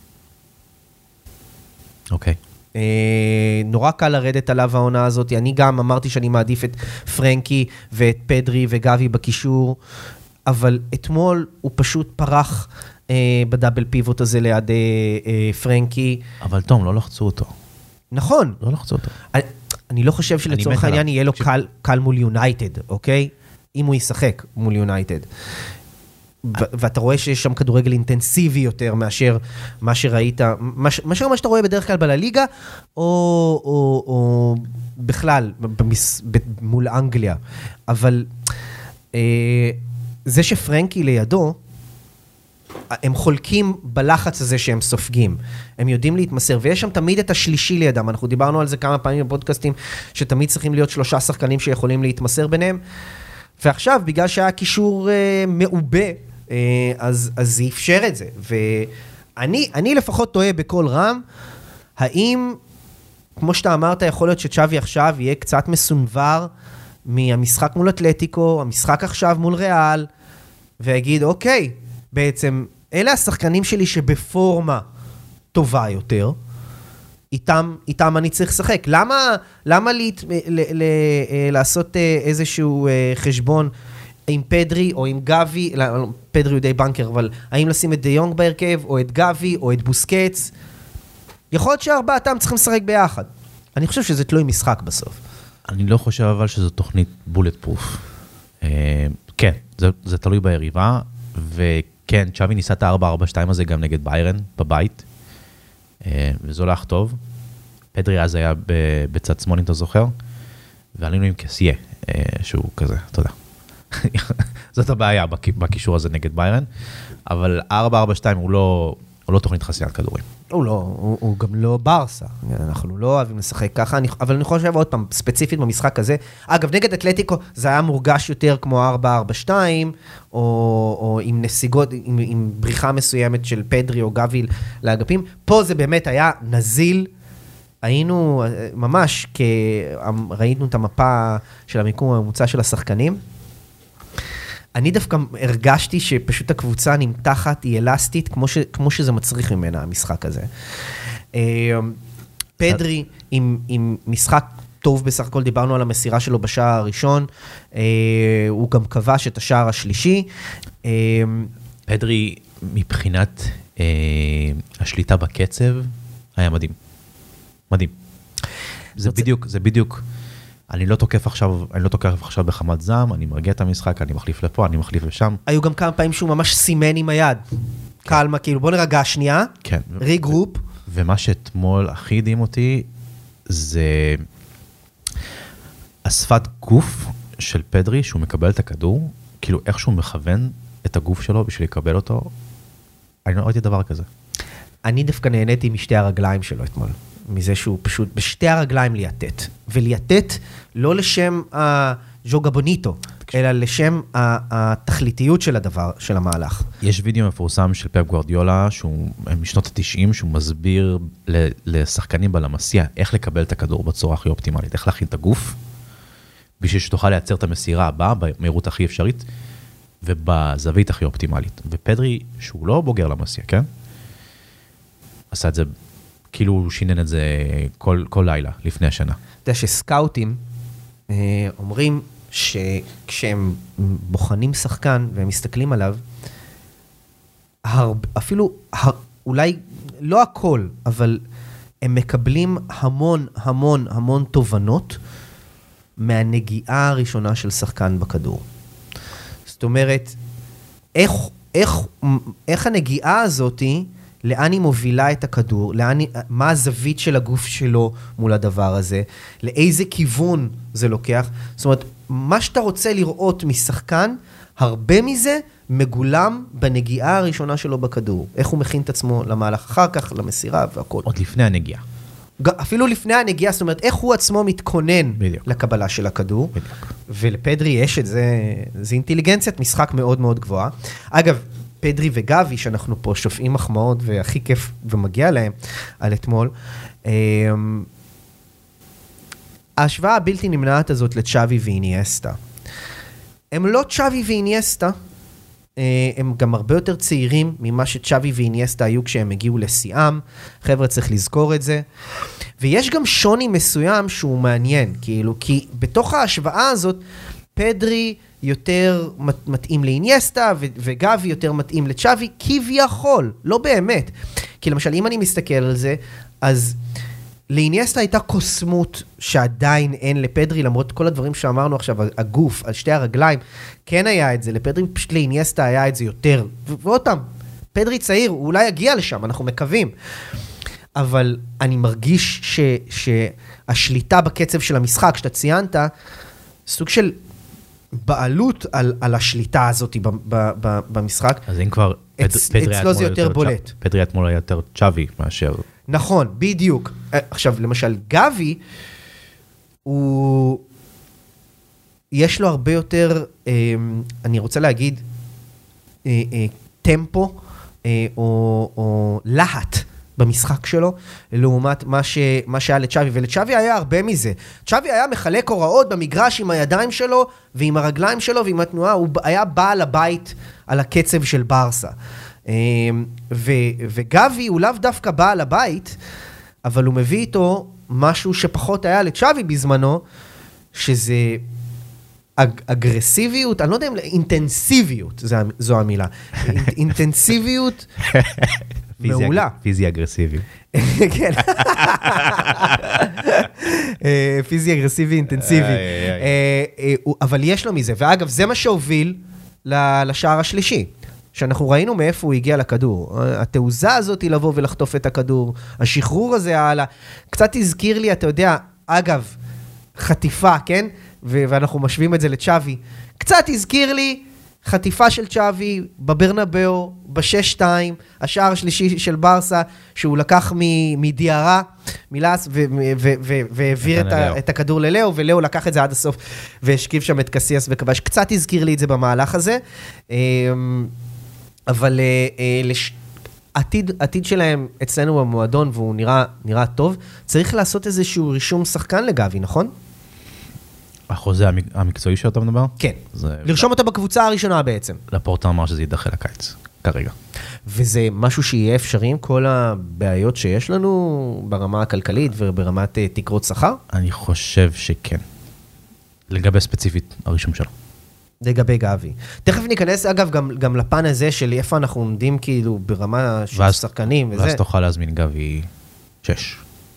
אוקיי. נורא קל לרדת עליו העונה הזאת. אני גם אמרתי שאני מעדיף את פרנקי ואת פדרי וגבי בקישור, אבל אתמול הוא פשוט פרח בדאבל פיבוט הזה ליד פרנקי. אבל תום, לא לחצו אותו. נכון. לא לחצו אותו. אני לא חושב שלצורך העניין יהיה לו קל מול יונייטד, אוקיי? אם הוא ישחק מול יונייטד. ואתה רואה שיש שם כדורגל אינטנסיבי יותר מאשר מה שראית, מאשר מה שאתה רואה בדרך כלל בליגה, או בכלל, מול אנגליה. אבל זה שפרנקי לידו, הם חולקים בלחץ הזה שהם סופגים. הם יודעים להתמסר, ויש שם תמיד את השלישי לידם. אנחנו דיברנו על זה כמה פעמים בפודקאסטים, שתמיד צריכים להיות 3 שחקנים שיכולים להתמסר ביניהם. ועכשיו, בגלל שהיה קישור מעובה, אז זה אפשר את זה. ואני לפחות טועה בכל רם, האם, כמו שאתה אמרת, יכול להיות שצ'אבי עכשיו יהיה קצת מסונבר מהמשחק מול אתלטיקו, המשחק עכשיו מול ריאל, ויגיד, אוקיי, בעצם, אלה השחקנים שלי שבפורמה טובה יותר, איתם אני צריך לשחק. למה לעשות איזשהו חשבון עם פדרי או עם גבי, פדרי הוא די בנקר, אבל האם לשים את די יונג בהרכב, או את גבי, או את בוסקץ? יכול להיות שארבעתם צריכים לשחק ביחד. אני חושב שזה תלוי משחק בסוף. אני לא חושב אבל שזו תוכנית בולט פרוף. כן, זה תלוי ביריבה, וכן, צ'אבי ניסה את ה-4-4-2 הזה גם נגד ביירן בבית, וזה הולך טוב. פדרי אז היה בצד שמאל, אם אתה זוכר, ועלינו עם קסיה, שהוא כזה, אתה יודע. זאת הבעיה בקישור הזה נגד ביירן, אבל 4-4-2 הוא לא תוכנית חסיית כדורים. הוא גם לא ברסה, אנחנו לא אוהבים לשחק ככה, אבל אני חושב עוד פעם, ספציפית במשחק הזה, אגב, נגד אתלטיקו זה היה מורגש יותר כמו 4-4-2, או עם נסיגות, עם בריחה מסוימת של פדרי או גבי לאגפים, פה זה באמת היה נזיל, היינו ממש, ראינו את המפה של המיקום הממוצע של השחקנים, אני דווקא הרגשתי שפשוט הקבוצה נמתחת, היא אלסטית, כמו שזה מצריך ממנה, המשחק הזה. פדרי, עם משחק טוב בסך הכל, דיברנו על המסירה שלו בשער הראשון, הוא גם כבש את השער השלישי. פדרי, מבחינת השליטה בקצב, היה מדהים. מדהים. זה בדיוק... אני לא תוקף עכשיו בחמת זעם, אני מרגיע את המשחק, אני מחליף לפה, אני מחליף לשם. היו גם כמה פעמים שהוא ממש סימן עם היד. קלמה, כאילו, בוא נרגע שנייה. כן. ריגרופ. ומה שאתמול הכי הדהים אותי, זה השפת גוף של פדרי, שהוא מקבל את הכדור, כאילו איך שהוא מכוון את הגוף שלו בשביל לקבל אותו. אני לא ראיתי דבר כזה. אני דווקא נהניתי משתי הרגליים שלו אתמול. מזה שהוא פשוט בשתי הרגליים ליתת, וליתת לא לשם הז'וגה בוניטו, אלא לשם התכליתיות של הדבר, של המהלך. יש וידאו מפורסם של פפ גוארדיולה, שהוא משנות ה-90, שהוא מסביר לשחקנים בלמסיה, איך לקבל את הכדור בצורה הכי אופטימלית, איך להכין את הגוף, בשביל שתוכל לייצר את המסירה הבאה, במהירות הכי אפשרית, ובזווית הכי אופטימלית. ופדרי, שהוא לא בוגר למסיה, כן? עשה את זה, כאילו הוא שינן את זה כל לילה, לפני השנה. אתה יודע שסקאוטים אומרים שכשהם בוחנים שחקן והם מסתכלים עליו, אפילו, אולי לא הכל, אבל הם מקבלים המון תובנות מהנגיעה הראשונה של שחקן בכדור. זאת אומרת, איך הנגיעה הזאת, לאן היא מובילה את הכדור, מה הזווית של הגוף שלו מול הדבר הזה, לאיזה כיוון זה לוקח. זאת אומרת, מה שאתה רוצה לראות משחקן, הרבה מזה מגולם בנגיעה הראשונה שלו בכדור. איך הוא מכין את עצמו למהלך אחר כך, למסירה והכל. עוד לפני הנגיעה. אפילו לפני הנגיעה, זאת אומרת, איך הוא עצמו מתכונן בדיוק. לקבלה של הכדור. בדיוק. ולפדרי יש את זה, זה אינטליגנציית משחק מאוד מאוד גבוהה. אגב, פדרי וגבי, שאנחנו פה שופעים מחמאות, והכי כיף ומגיע להם על אתמול, ההשוואה הבלתי נמנעת הזאת לצ'אבי ואיניאסטה. הם לא צ'אבי ואיניאסטה, הם גם הרבה יותר צעירים ממה שצ'אבי ואיניאסטה היו כשהם הגיעו לסיאם. חבר'ה, צריך לזכור את זה. ויש גם שוני מסוים שהוא מעניין, כאילו, כי בתוך ההשוואה הזאת, פדרי יותר מתאים לאיניאסטה, וגבי יותר מתאים לצ'אבי, כביכול, לא באמת. כי למשל, אם אני מסתכל על זה, אז לאיניאסטה הייתה קוסמות שעדיין אין לפדרי, למרות כל הדברים שאמרנו עכשיו, הגוף, על שתי הרגליים, כן היה את זה, לפדרי פשוט לאיניאסטה היה את זה יותר, ואותם, פדרי צעיר, הוא אולי יגיע לשם, אנחנו מקווים. אבל אני מרגיש שהשליטה בקצב של המשחק, שאתה ציינת, סוג של בעלות על השליטה הזאת במשחק. אז אם כבר, אצלו זה יותר בולט. פדרי אתמול היה יותר צ'אבי מאשר... נכון, בדיוק. עכשיו, למשל, גבי, יש לו הרבה יותר, אני רוצה להגיד, טמפו, או להט במשחק שלו, לעומת מה שהיה לצ'אבי, ולצ'אבי היה הרבה מזה. צ'אבי היה מחלק הוראות במגרש עם הידיים שלו, ועם הרגליים שלו, ועם התנועה, הוא היה בעל הבית על הקצב של ברסה. וגבי הוא לאו דווקא בעל הבית, אבל הוא מביא איתו משהו שפחות היה לצ'אבי בזמנו, שזה אגרסיביות, אני לא יודע אם אינטנסיביות, זו המילה. אינטנסיביות מעולה. פיזי אגרסיבי. כן. פיזי אגרסיבי, אינטנסיבי. אבל יש לו מזה, ואגב, זה מה שהוביל לשער השלישי. שאנחנו ראינו מאיפה הוא הגיע לכדור. התעוזה הזאת היא לבוא ולחטוף את הכדור, השחרור הזה הלאה, קצת הזכיר לי, אתה יודע, אגב, חטיפה, כן? ואנחנו משווים את זה לצ'אבי. קצת הזכיר לי חטיפה של צ'אבי בברנבאו, ב-6-2, השער השלישי של ברסה, שהוא לקח מדיארה, מלאס, והעביר את הכדור ללאו, ולאו לקח את זה עד הסוף, והשכיב שם את קסיאס וכבש. קצת הזכיר לי את זה במהלך הזה. אבל עתיד שלהם אצלנו במועדון, והוא נראה טוב, צריך לעשות איזשהו רישום שחקן לגבי, נכון? החוזה המקצועי שאתה מדבר? כן. לרשום אותו בקבוצה הראשונה בעצם. לפורטה אמר שזה יידחה לקיץ, כרגע. וזה משהו שיהיה אפשרי עם כל הבעיות שיש לנו ברמה הכלכלית וברמת תקרות שכר? אני חושב שכן. לגבי ספציפית הרישום שלו. לגבי גבי. תכף ניכנס, אגב, גם לפן הזה של איפה אנחנו עומדים כאילו ברמה של שחקנים וזה. ואז תוכל להזמין גבי 6.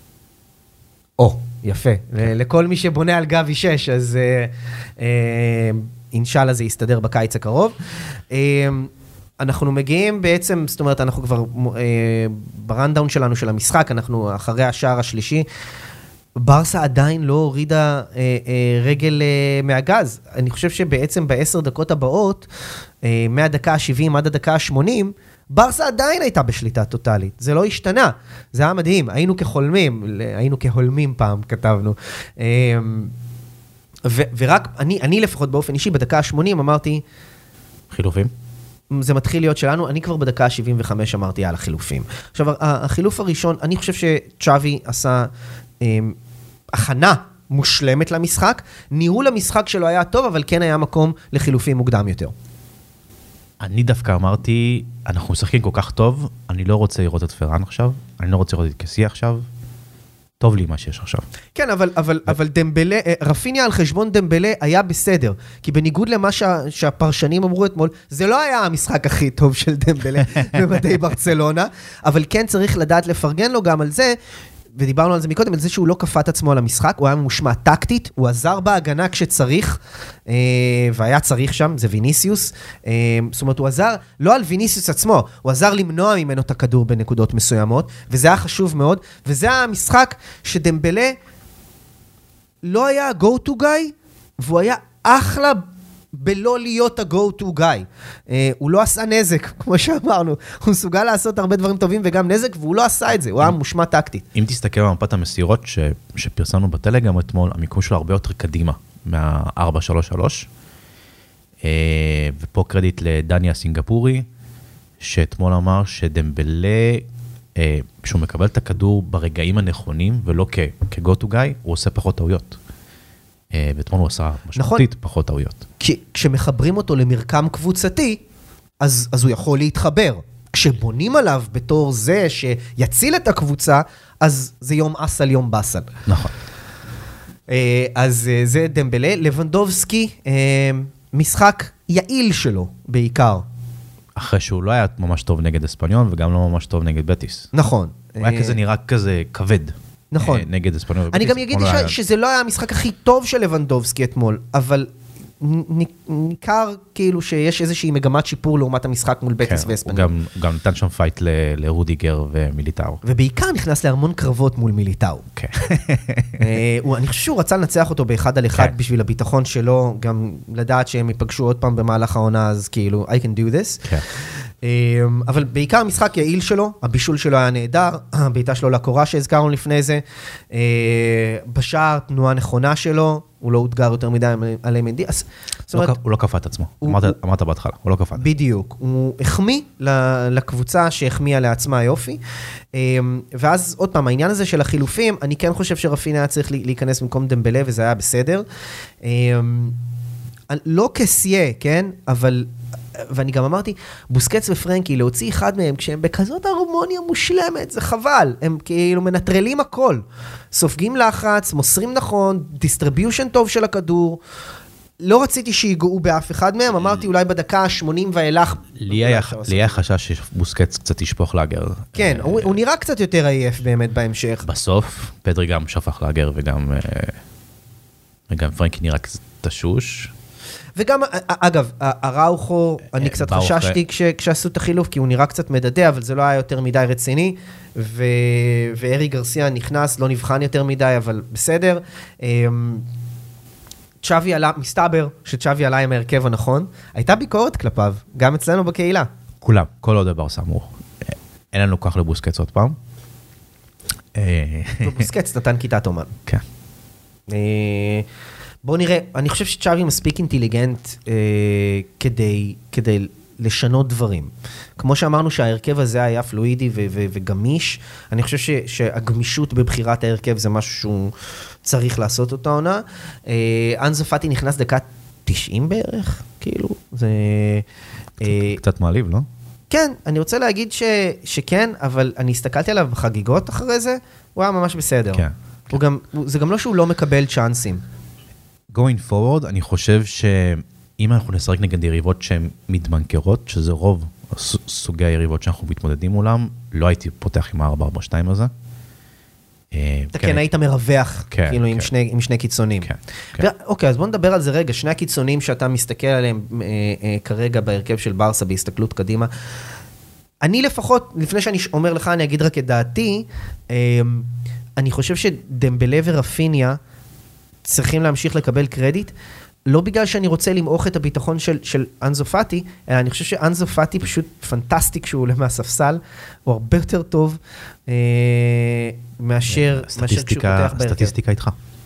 יפה. לכל מי שבונה על גבי 6, אז אינשאללה זה יסתדר בקיץ הקרוב. אנחנו מגיעים בעצם, זאת אומרת, אנחנו כבר ברנדאון שלנו של המשחק, אנחנו אחרי השער השלישי, ברסה עדיין לא הורידה רגל מהגז. אני חושב שבעצם ב10 דקות הבאות, מהדקה ה-70 עד הדקה ה-80, ברסה עדיין הייתה בשליטה טוטלית, זה לא השתנה, זה היה מדהים, היינו כהולמים פעם, כתבנו. ורק, אני לפחות באופן אישי, בדקה ה-80 אמרתי, חילופים? זה מתחיל להיות שלנו, אני כבר בדקה ה-75 אמרתי על החילופים. עכשיו, החילוף הראשון, אני חושב שצ'אבי עשה הכנה מושלמת למשחק, ניהול המשחק שלו היה טוב, אבל כן היה מקום לחילופים מוקדם יותר. אני דווקא אמרתי, אנחנו משחקים כל כך טוב, אני לא רוצה לראות את פרן עכשיו, אני לא רוצה לראות את קסי עכשיו, טוב לי מה שיש עכשיו. כן, אבל דמבלה, רפיניה על חשבון דמבלה היה בסדר, כי בניגוד למה שהפרשנים אמרו אתמול, זה לא היה המשחק הכי טוב של דמבלה במדי ברצלונה, אבל כן צריך לדעת לפרגן לו גם על זה, ודיברנו על זה מקודם, על זה שהוא לא כפת עצמו על המשחק, הוא היה ממושמע טקטית, הוא עזר בהגנה כשצריך, והיה צריך שם, זה ויניסיוס, זאת אומרת, הוא עזר, לא על ויניסיוס עצמו, הוא עזר למנוע ממנו את הכדור בנקודות מסוימות, וזה היה חשוב מאוד, וזה היה המשחק שדמבלה לא היה go to guy, והוא היה אחלה בלא להיות ה-go to guy. הוא לא עשה נזק, כמו שאמרנו. הוא מסוגל לעשות הרבה דברים טובים וגם נזק, והוא לא עשה את זה. הוא היה מושמע טקטית. אם תסתכל על מפת המסירות שפרסמנו בטלגרם אתמול, המיקום שלו הרבה יותר קדימה מה-4-3-3. ופה קרדיט לדני הסינגפורי, שאתמול אמר שדמבלה, שהוא מקבל את הכדור ברגעים הנכונים, ולא כ-go to guy, הוא עושה פחות טעויות. ואתמול הוא עשה משמעותית פחות טעויות. כשמחברים אותו למרקם קבוצתי, אז הוא יכול להתחבר. כשבונים עליו בתור זה שיציל את הקבוצה, אז זה יום אסל, יום בסל. נכון. אז זה דמבלה. לבנדובסקי, משחק יעיל שלו בעיקר. אחרי שהוא לא היה ממש טוב נגד אספניון, וגם לא ממש טוב נגד בטיס. נכון. הוא היה כזה נראה כזה כבד. נכון. נגד אספניון ובטיס. אני גם אגיד שזה לא היה המשחק הכי טוב של לבנדובסקי אתמול, אבל ניכר כאילו שיש איזושהי מגמת שיפור לעומת המשחק מול בטיס ואספניון. הוא גם נתן שם פייט לרודיגר ומיליטאו. ובעיקר נכנס להרמון קרבות מול מיליטאו. כן. אני חושב שהוא רצה לנצח אותו באחד על אחד בשביל הביטחון שלו, גם לדעת שהם ייפגשו עוד פעם במהלך העונה, אז כאילו, I can do this. כן. אבל בעיקר המשחק יעיל שלו, הבישול שלו היה נהדר, הביתה שלו לקורה שהזכרנו לפני זה, בשער, תנועה נכונה שלו, הוא לא הותגר יותר מדי על MND. הוא לא קפא את עצמו, אמרת בהתחלה, הוא לא קפא. בדיוק, הוא החמיא לקבוצה שהחמיאה לעצמה יופי, ואז עוד פעם, העניין הזה של החילופים, אני כן חושב שרפיניה היה צריך להיכנס במקום דמבלה, וזה היה בסדר. לא כסיה, כן? אבל... ואני גם אמרתי, בוסקץ ופרנקי, להוציא אחד מהם, כשהם בכזאת הרמוניה מושלמת, זה חבל, הם כאילו מנטרלים הכל, סופגים לחץ, מוסרים נכון, דיסטריביושן טוב של הכדור, לא רציתי שיגעו באף אחד מהם, אמרתי אולי בדקה ה-80 ואילך. לי היה חשש שבוסקץ קצת ישפוך לאגר. כן, הוא נראה קצת יותר עייף באמת בהמשך. בסוף, פדרי גם שפך לאגר וגם פרנקי נראה קצת תשוש. וגם, אגב, הראוכו, אני קצת חששתי כשעשו את החילוף, כי הוא נראה קצת מדדה, אבל זה לא היה יותר מדי רציני, וארי גרסיה נכנס, לא נבחן יותר מדי, אבל בסדר. צ'אבי עלה, מסתבר שצ'אבי עלה עם ההרכב הנכון, הייתה ביקורת כלפיו, גם אצלנו בקהילה. כולם, כל עוד ברסה אמרו. אין לנו כוח לבוסקץ עוד פעם. בוסקץ נתן כיתת אומן. כן. בואו נראה, אני חושב שצ'אבי מספיק אינטליגנט כדי לשנות דברים. כמו שאמרנו שההרכב הזה היה פלואידי וגמיש, אני חושב שהגמישות בבחירת ההרכב זה משהו שהוא צריך לעשות אותה עונה. אנזו פאטי נכנס דקה 90 בערך, כאילו, זה... קצת מעליב, לא? כן, אני רוצה להגיד שכן, אבל אני הסתכלתי עליו בחגיגות אחרי זה, הוא היה ממש בסדר. כן. זה גם לא שהוא לא מקבל צ'אנסים. Going forward, אני חושב שאם אנחנו נשחק נגד יריבות שהן מתבנקרות, שזה רוב סוגי היריבות שאנחנו מתמודדים מולם, לא הייתי פותח עם ה-442 הזה. אתה כן היית מרווח, כאילו עם שני קיצונים. אוקיי, אז בוא נדבר על זה רגע, שני הקיצונים שאתה מסתכל עליהם כרגע בהרכב של ברסה, בהסתכלות קדימה. אני לפחות, לפני שאני אומר לך, אני אגיד רק את דעתי, אני חושב שדמבלה ורפיניה צריכים להמשיך לקבל קרדיט, לא בגלל שאני רוצה למעוך את הביטחון של אנזו פאטי, אלא אני חושב שאנזו פאטי פשוט פנטסטי כשהוא עולה מהספסל, הוא הרבה יותר טוב מאשר כשהוא פותח בהרכב. סטטיסטיקה איתך.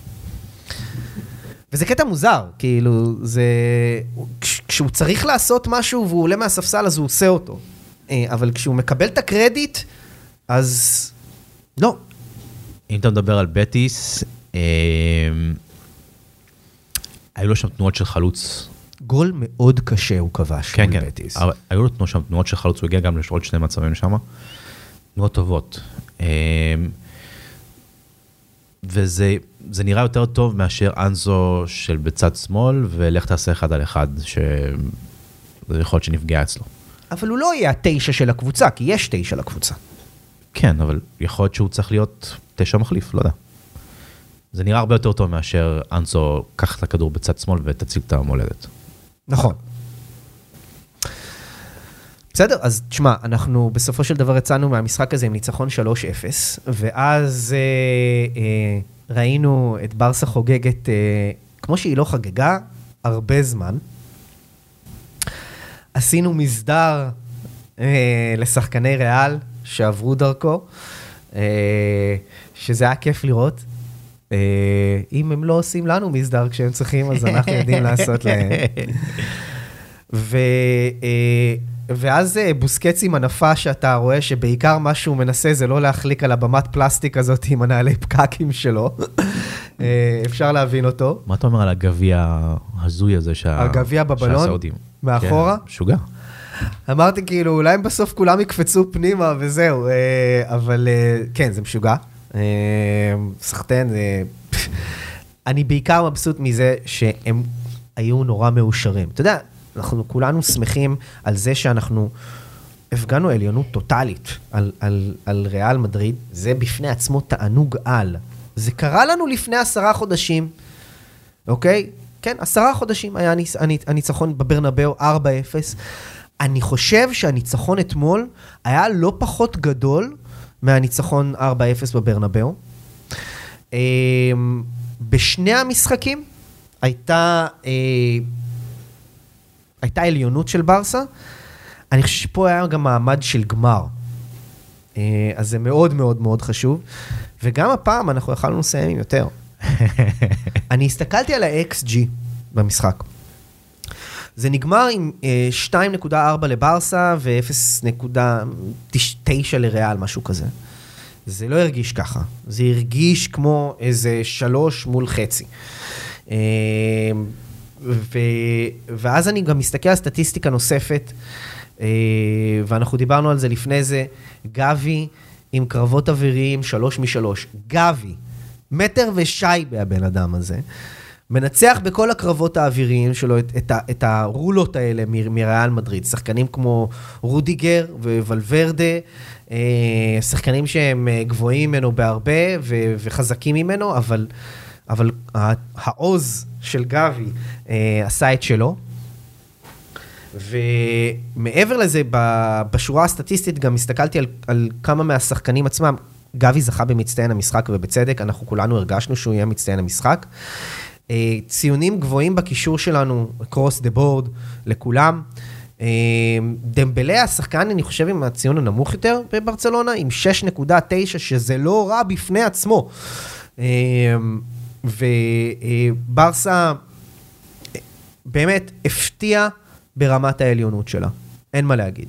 וזה קטע מוזר, כאילו, כשהוא צריך לעשות משהו והוא עולה מהספסל, אז הוא עושה אותו. אבל כשהוא מקבל את הקרדיט, אז לא. אם אתה מדבר על בטיס, היו לו שם תנועות של חלוץ. גול מאוד קשה הוא כבש. כן, כן. היו לו שם תנועות של חלוץ, הוא הגיע גם לשעות שני מצבים שם. תנועות טובות. וזה נראה יותר טוב מאשר אנזו של בצד שמאל, ולך תעשה 1 על 1, שזה יכול להיות שנפגע אצלו. אבל הוא לא יהיה 9 של הקבוצה, כי יש 9 לקבוצה. כן, אבל יכול להיות שהוא צריך להיות 9 מחליף, לא יודע. זה נראה הרבה יותר טוב מאשר אנזו, קח את הכדור בצד שמאל ותציל את המולדת. נכון. בסדר, אז תשמע, אנחנו בסופו של דבר יצאנו מהמשחק הזה עם ניצחון 3-0, ואז ראינו את ברסה חוגגת, כמו שהיא לא חגגה, הרבה זמן. עשינו מסדר לשחקני ריאל שעברו דרכו, שזה היה כיף לראות. אם הם לא עושים לנו מסדר כשהם צריכים, אז אנחנו יודעים לעשות להם. ואז בוסקץ עם הנפה שאתה רואה שבעיקר מה שהוא מנסה זה לא להחליק על הבמת פלסטיק הזאת עם הנעלי פקקים שלו. אפשר להבין אותו. מה אתה אומר על הגביע הזוי הזה הגביע בבלון? מאחורה? שוגע. אמרתי כאילו, אולי הם בסוף כולם יקפצו פנימה וזהו, אבל כן, זה משוגע. סחטן, אני בעיקר מבסוט מזה שהם היו נורא מאושרים. אתה יודע, אנחנו כולנו שמחים על זה שאנחנו הפגנו עליונות טוטלית על ריאל מדריד, זה בפני עצמו תענוג על. זה קרה לנו לפני 10 חודשים, אוקיי? כן, 10 חודשים היה הניצחון בברנבאו 4-0. אני חושב שהניצחון אתמול היה לא פחות גדול מהניצחון 4-0 בברנבאו. בשני המשחקים הייתה עליונות של ברסה. אני חושב שפה היה גם מעמד של גמר. אז זה מאוד מאוד מאוד חשוב. וגם הפעם אנחנו יכולנו לסיים עם יותר. אני הסתכלתי על ה-XG במשחק. זה נגמר עם 2.4 לברסה ו-0.9 לריאל, משהו כזה. זה לא הרגיש ככה. זה הרגיש כמו איזה 3 מול חצי. ואז אני גם מסתכל על סטטיסטיקה נוספת, ואנחנו דיברנו על זה לפני זה, גבי עם קרבות אוויריים 3 מ-3. גבי, מטר ושייבה הבן אדם הזה, מנצח בכל הקרבות האוויריים שלו את הרולות האלה מריאל מדריד. שחקנים כמו רודיגר וולברדה, שחקנים שהם גבוהים ממנו בהרבה וחזקים ממנו, אבל העוז של גבי עשה את שלו. ומעבר לזה, בשורה הסטטיסטית גם הסתכלתי על כמה מהשחקנים עצמם. גבי זכה במצטיין המשחק ובצדק, אנחנו כולנו הרגשנו שהוא יהיה מצטיין המשחק. ציונים גבוהים בקישור שלנו, across the board, לכולם. דמבלה, השחקן, אני חושב, עם הציון הנמוך יותר בברצלונה, עם 6.9, שזה לא רע בפני עצמו. וברסה באמת הפתיע ברמת העליונות שלה. אין מה להגיד.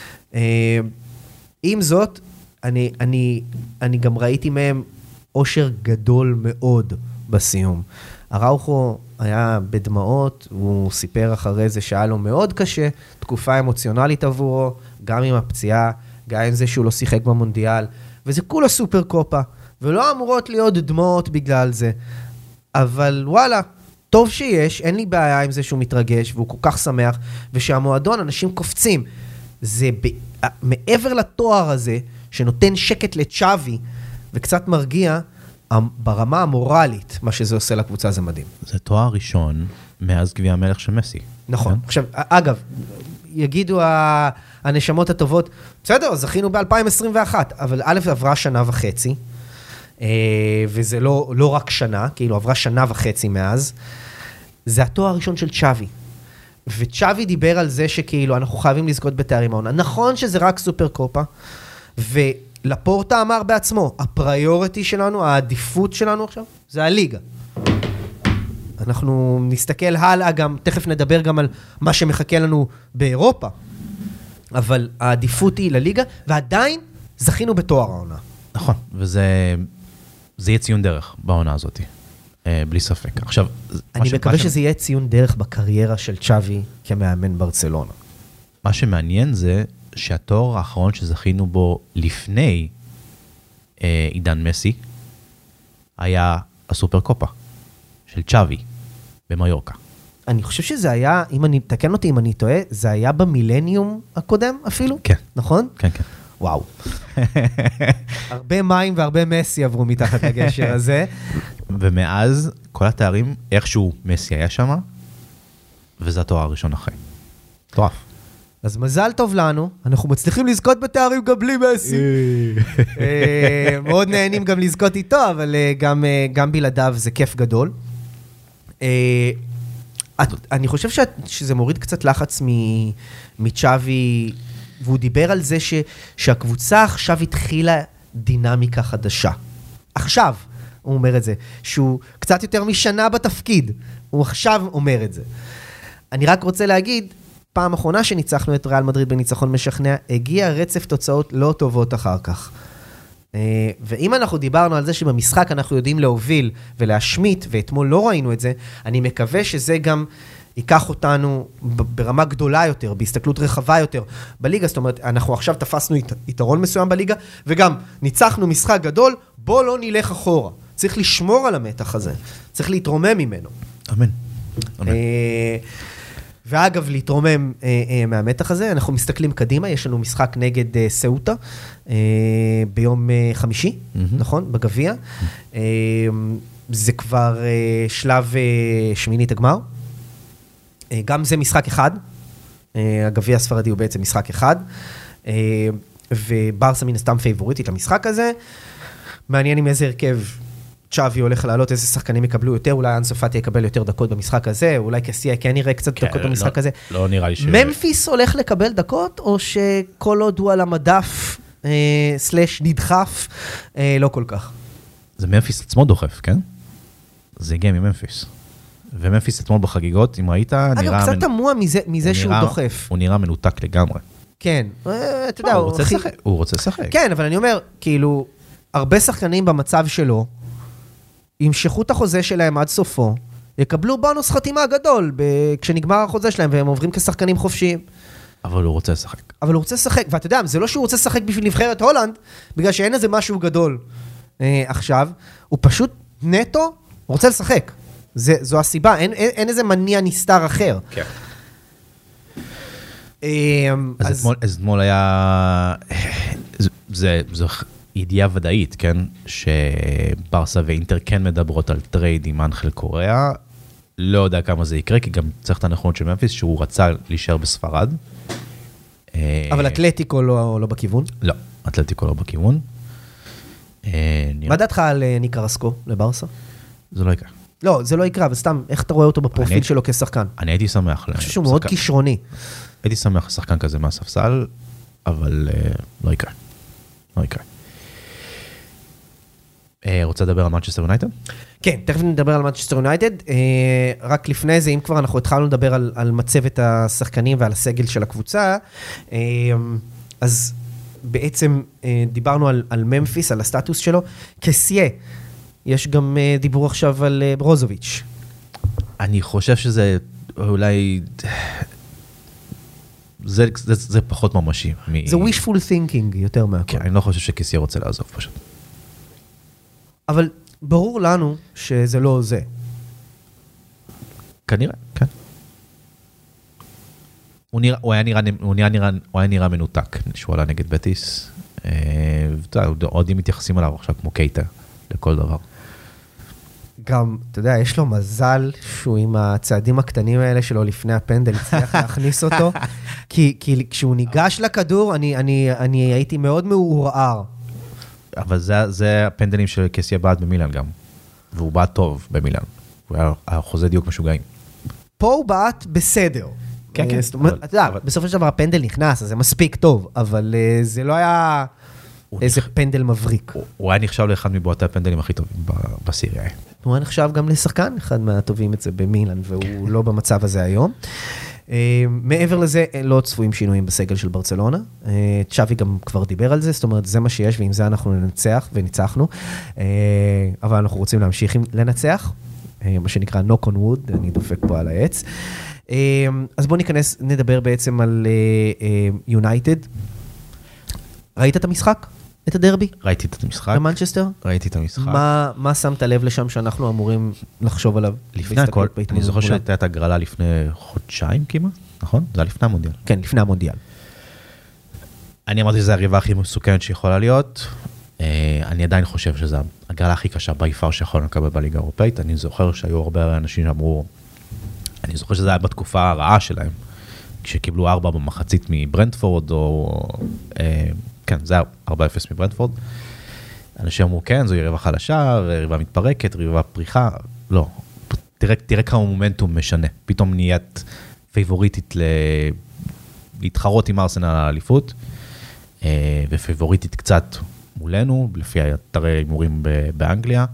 עם זאת, אני גם ראיתי מהם אושר גדול מאוד בסיום. אראוחו היה בדמעות, הוא סיפר אחרי זה שהיה לו מאוד קשה, תקופה אמוציונלית עבורו, גם עם הפציעה, גם עם זה שהוא לא שיחק במונדיאל, וזה כולה סופר קופה, ולא אמורות להיות דמעות בגלל זה. אבל וואלה, טוב שיש, אין לי בעיה עם זה שהוא מתרגש, והוא כל כך שמח, ושהמועדון, אנשים קופצים. זה מעבר לתואר הזה, שנותן שקט לצ'אבי, וקצת מרגיע, ברמה המורלית, מה שזה עושה לקבוצה, זה מדהים. זה תואר ראשון מאז גביע המלך של מסי. נכון. עכשיו, אגב, יגידו הנשמות הטובות, בסדר, זכינו ב-2021, אבל א' עברה 1.5 שנה, וזה לא רק שנה, כאילו עברה 1.5 שנה מאז, זה התואר הראשון של צ'אבי. וצ'אבי דיבר על זה שכאילו אנחנו חייבים לזכות בתארים העונה. נכון שזה רק סופר קופה, ולפורטה אמר בעצמו, הפריוריטי שלנו, העדיפות שלנו עכשיו, זה הליגה. אנחנו נסתכל הלאה גם, תכף נדבר גם על מה שמחכה לנו באירופה, אבל העדיפות היא לליגה, ועדיין זכינו בתואר העונה. נכון, וזה יהיה ציון דרך בעונה הזאת, בלי ספק. עכשיו, אני מקווה שזה יהיה ציון דרך בקריירה של צ'אבי כמאמן ברצלונה. מה שמעניין זה שהתואר האחרון שזכינו בו לפני עידן מסי, היה הסופר קופה של צ'אבי במיורקה. אני חושב שזה היה, תקן אותי אם אני טועה, זה היה במילניום הקודם אפילו? כן. נכון? כן, כן. וואו. הרבה מים והרבה מסי עברו מתחת לגשר הזה. ומאז כל התארים, איכשהו מסי היה שם, וזה התואר הראשון אחרי. טוב. אז מזל טוב לנו, אנחנו מצליחים לזכות בתארים גם בלי מסי. מאוד נהנים גם לזכות איתו, אבל גם בלעדיו זה כיף גדול. אני חושב שזה מוריד קצת לחץ מצ'אבי, והוא דיבר על זה שהקבוצה עכשיו התחילה דינמיקה חדשה. עכשיו, הוא אומר את זה, שהוא קצת יותר משנה בתפקיד, הוא עכשיו אומר את זה. אני רק רוצה להגיד, פעם אחרונה שניצחנו את ריאל מדריד בניצחון משכנע, הגיע רצף תוצאות לא טובות אחר כך. ואם אנחנו דיברנו על זה שבמשחק אנחנו יודעים להוביל ולהשמיט, ואתמול לא ראינו את זה, אני מקווה שזה גם ייקח אותנו ברמה גדולה יותר, בהסתכלות רחבה יותר בליגה, זאת אומרת, אנחנו עכשיו תפסנו יתרון מסוים בליגה, וגם ניצחנו משחק גדול, בוא לא נלך אחורה. צריך לשמור על המתח הזה, צריך להתרומם ממנו. אמן. ואגב, להתרומם מהמתח הזה, אנחנו מסתכלים קדימה, יש לנו משחק נגד סאוטה, ביום חמישי, נכון? בגביע. זה כבר שלב שמינית הגמר. גם זה משחק אחד. הגביע הספרדי הוא בעצם משחק אחד. וברסה מן הסתם פייבוריטית למשחק הזה. מעניין עם איזה הרכב צ'אבי הולך לעלות, איזה שחקנים יקבלו יותר, אולי אנסו פאטי יקבל יותר דקות במשחק הזה, אולי קסיה כן יראה קצת דקות במשחק הזה. לא נראה לי ממפיס הולך לקבל דקות, או שכל עוד הוא על המדף, סלש נדחף, לא כל כך? זה ממפיס עצמו דוחף, כן? זה הגיע ממפיס. וממפיס אתמול בחגיגות, אם ראית, נראה... אגב, קצת תמוה מזה שהוא דוחף. הוא נראה מנותק לגמרי. כן, אתה יודע, הוא רוצה לשחק. כן, אבל אני אומר, כאילו, הרבה שחקנים במצב שלו, ימשכו את החוזה שלהם עד סופו, יקבלו בונוס חתימה גדול, כשנגמר החוזה שלהם, והם עוברים כשחקנים חופשיים. אבל הוא רוצה לשחק. אבל הוא רוצה לשחק, ואתה יודע, זה לא שהוא רוצה לשחק בשביל נבחרת הולנד, בגלל שאין איזה משהו גדול עכשיו, הוא פשוט נטו רוצה לשחק. זו הסיבה, אין איזה מניע נסתר אחר. כן. אז אתמול היה... זו ידיעה ודאית, כן? שברסה ואינטר כן מדברות על טרייד עם אנחל קוריאה. לא יודע כמה זה יקרה, כי גם צריך את הנכונות של ממפיס, שהוא רצה להישאר בספרד. אבל אתלטיקו לא בכיוון? לא, אתלטיקו לא בכיוון. מה דעתך על ניקרסקו לברסה? זה לא יקרה. לא, זה לא יקרה, אבל סתם, איך אתה רואה אותו בפרופיל שלו כשחקן? אני הייתי שמח. אני חושב שהוא מאוד כישרוני. הייתי שמח לשחקן כזה מהספסל, אבל לא יקרה. לא יקרה. רוצה לדבר על מנצ'סטר יונייטד? כן, תכף נדבר על מנצ'סטר יונייטד. רק לפני זה, אם כבר אנחנו התחלנו לדבר על מצבת השחקנים ועל הסגל של הקבוצה, אז בעצם דיברנו על ממפיס, על הסטטוס שלו. קסיה, יש גם דיבור עכשיו על ברוזוביץ'. אני חושב שזה אולי... זה פחות ממשי. זה wishful thinking יותר מהכל. כן, אני לא חושב שקסיה רוצה לעזוב פשוט. אבל ברור לנו שזה לא זה. כנראה, כן. הוא היה נראה מנותק, שהוא עלה נגד בטיס. עוד אם מתייחסים עליו עכשיו כמו קייטה, לכל דבר. גם, אתה יודע, יש לו מזל שהוא עם הצעדים הקטנים האלה שלו לפני הפנדל, הצליח להכניס אותו, כי כשהוא ניגש לכדור, אני הייתי מאוד מעורער. אבל זה הפנדלים של קסיה בעד במילן גם, והוא בעד טוב במילן. הוא היה חוזה דיוק משוגעים. פה הוא בעט בסדר. כן, כן. זאת אומרת, אתה יודע, בסופו של דבר הפנדל נכנס, אז זה מספיק טוב, אבל זה לא היה איזה פנדל מבריק. הוא היה נחשב לאחד מבועטי הפנדלים הכי טובים בסירייה. הוא היה נחשב גם לשחקן, אחד מהטובים את זה במילאן, והוא לא במצב הזה היום. מעבר לזה, לא צפויים שינויים בסגל של ברצלונה. צ'אבי גם כבר דיבר על זה, זאת אומרת, זה מה שיש, ועם זה אנחנו ננצח, וניצחנו. אבל אנחנו רוצים להמשיך לנצח, מה שנקרא knock on wood, אני דופק פה על העץ. אז בואו ניכנס, נדבר בעצם על יונייטד. ראית את המשחק? את הדרבי? ראיתי את המשחק. במנצ'סטר? ראיתי את המשחק. מה שמת לב לשם שאנחנו אמורים לחשוב עליו? לפני הכל, אני זוכר שהייתה את הגרלה לפני חודשיים כמעט, נכון? זה היה לפני המונדיאל. כן, לפני המונדיאל. אני אמרתי שזו הריבה הכי מסוכנת שיכולה להיות. אני עדיין חושב שזו הגרלה הכי קשה ביפר שיכולה לקבל בליגה האירופאית. אני זוכר שהיו הרבה אנשים שאמרו, אני זוכר שזה היה בתקופה הרעה שלהם, כשקיבלו 4 במחצית מברנטפורד, או כן, זה היה 4-0 מברנטפורד. אנשים אמרו, כן, זו ריבה חלשה, ריבה מתפרקת, ריבה פריחה. לא, תראה כמה מומנטום משנה. פתאום נהיית פייבוריטית להתחרות עם ארסנל על האליפות, ופייבוריטית קצת מולנו, לפי אתרי הימורים באנגליה.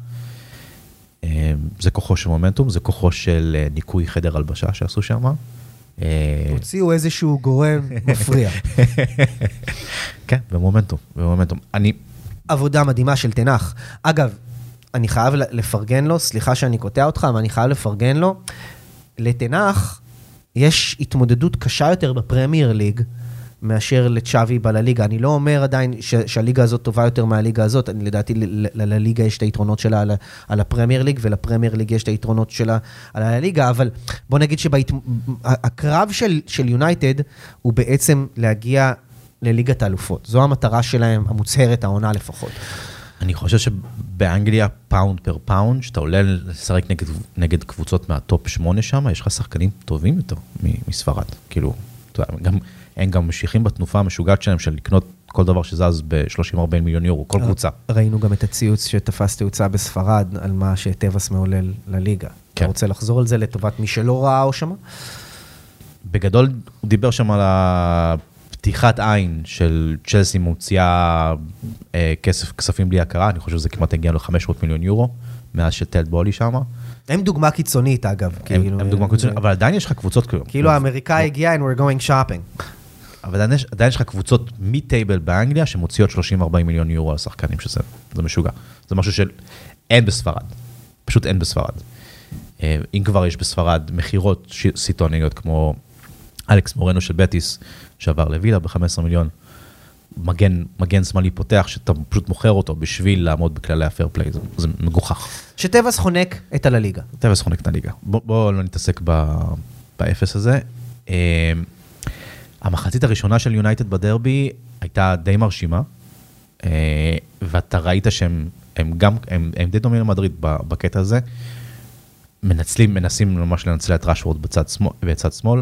זה כוחו של מומנטום, זה כוחו של ניקוי חדר הלבשה שעשו שם. הוציאו איזשהו גורם מפריע. כן, במומנטום. עבודה מדהימה של תנח. אגב, אני חייב לפרגן לו, סליחה שאני קוטע אותך, אבל אני חייב לפרגן לו. לתנח יש התמודדות קשה יותר בפרמייר ליג, מאשר לצ'אבי בלליגה. אני לא אומר עדיין שהליגה הזאת טובה יותר מהליגה הזאת, לדעתי לליגה יש את היתרונות שלה על הפרמייר ליג, ולפרמייר ליג יש את היתרונות שלה על הליגה, אבל בוא נגיד שהקרב של יונייטד הוא בעצם להגיע לליגת האלופות. זו המטרה שלהם, המוצהרת, העונה לפחות. אני חושב שבאנגליה, פאונד פר פאונד, שאתה עולה לשחק נגד קבוצות מהטופ 8 שם, יש לך שחקנים טובים יותר מספרד. כאילו, הם גם משיכים בתנופה המשוגעת שלהם של לקנות כל דבר שזז ב-30-40 מיליון יורו, כל קבוצה. ראינו גם את הציוץ שתפס תאוצה בספרד, על מה שטבעס מעולה לליגה. אתה רוצה לחזור על זה לטובת מי שלא ראה או שמה? בגדול, הוא דיבר שם על הפתיחת עין של צ'לסי מוציאה כספים בלי הכרה, אני חושב שזה כמעט הגיע ל-500 מיליון יורו, מאז שטלט בולי שם. הם דוגמה קיצונית, אגב. הם דוגמה קיצונית, אבל עדיין יש לך קבוצות כאילו האמריקאי הגיע and we're going shopping. אבל עדיין יש לך קבוצות מטייבל באנגליה שמוציאות 30-40 מיליון יורו על שחקנים, שזה משוגע. זה משהו שאין בספרד. פשוט אין בספרד. אם כבר יש בספרד מחירות סיטוניות כמו אלכס מורנו של בטיס, שעבר לווילה ב-15 מיליון, מגן שמאלי פותח, שאתה פשוט מוכר אותו בשביל לעמוד בכללי הפייר פליי, זה מגוחך. שטבעס חונק את הליגה. טבעס חונק את הליגה. בואו לא נתעסק באפס הזה. המחצית הראשונה של יונייטד בדרבי הייתה די מרשימה, ואתה ראית שהם די דומים למדריד בקטע הזה, מנסים ממש לנצל את רשוורד בצד שמאל,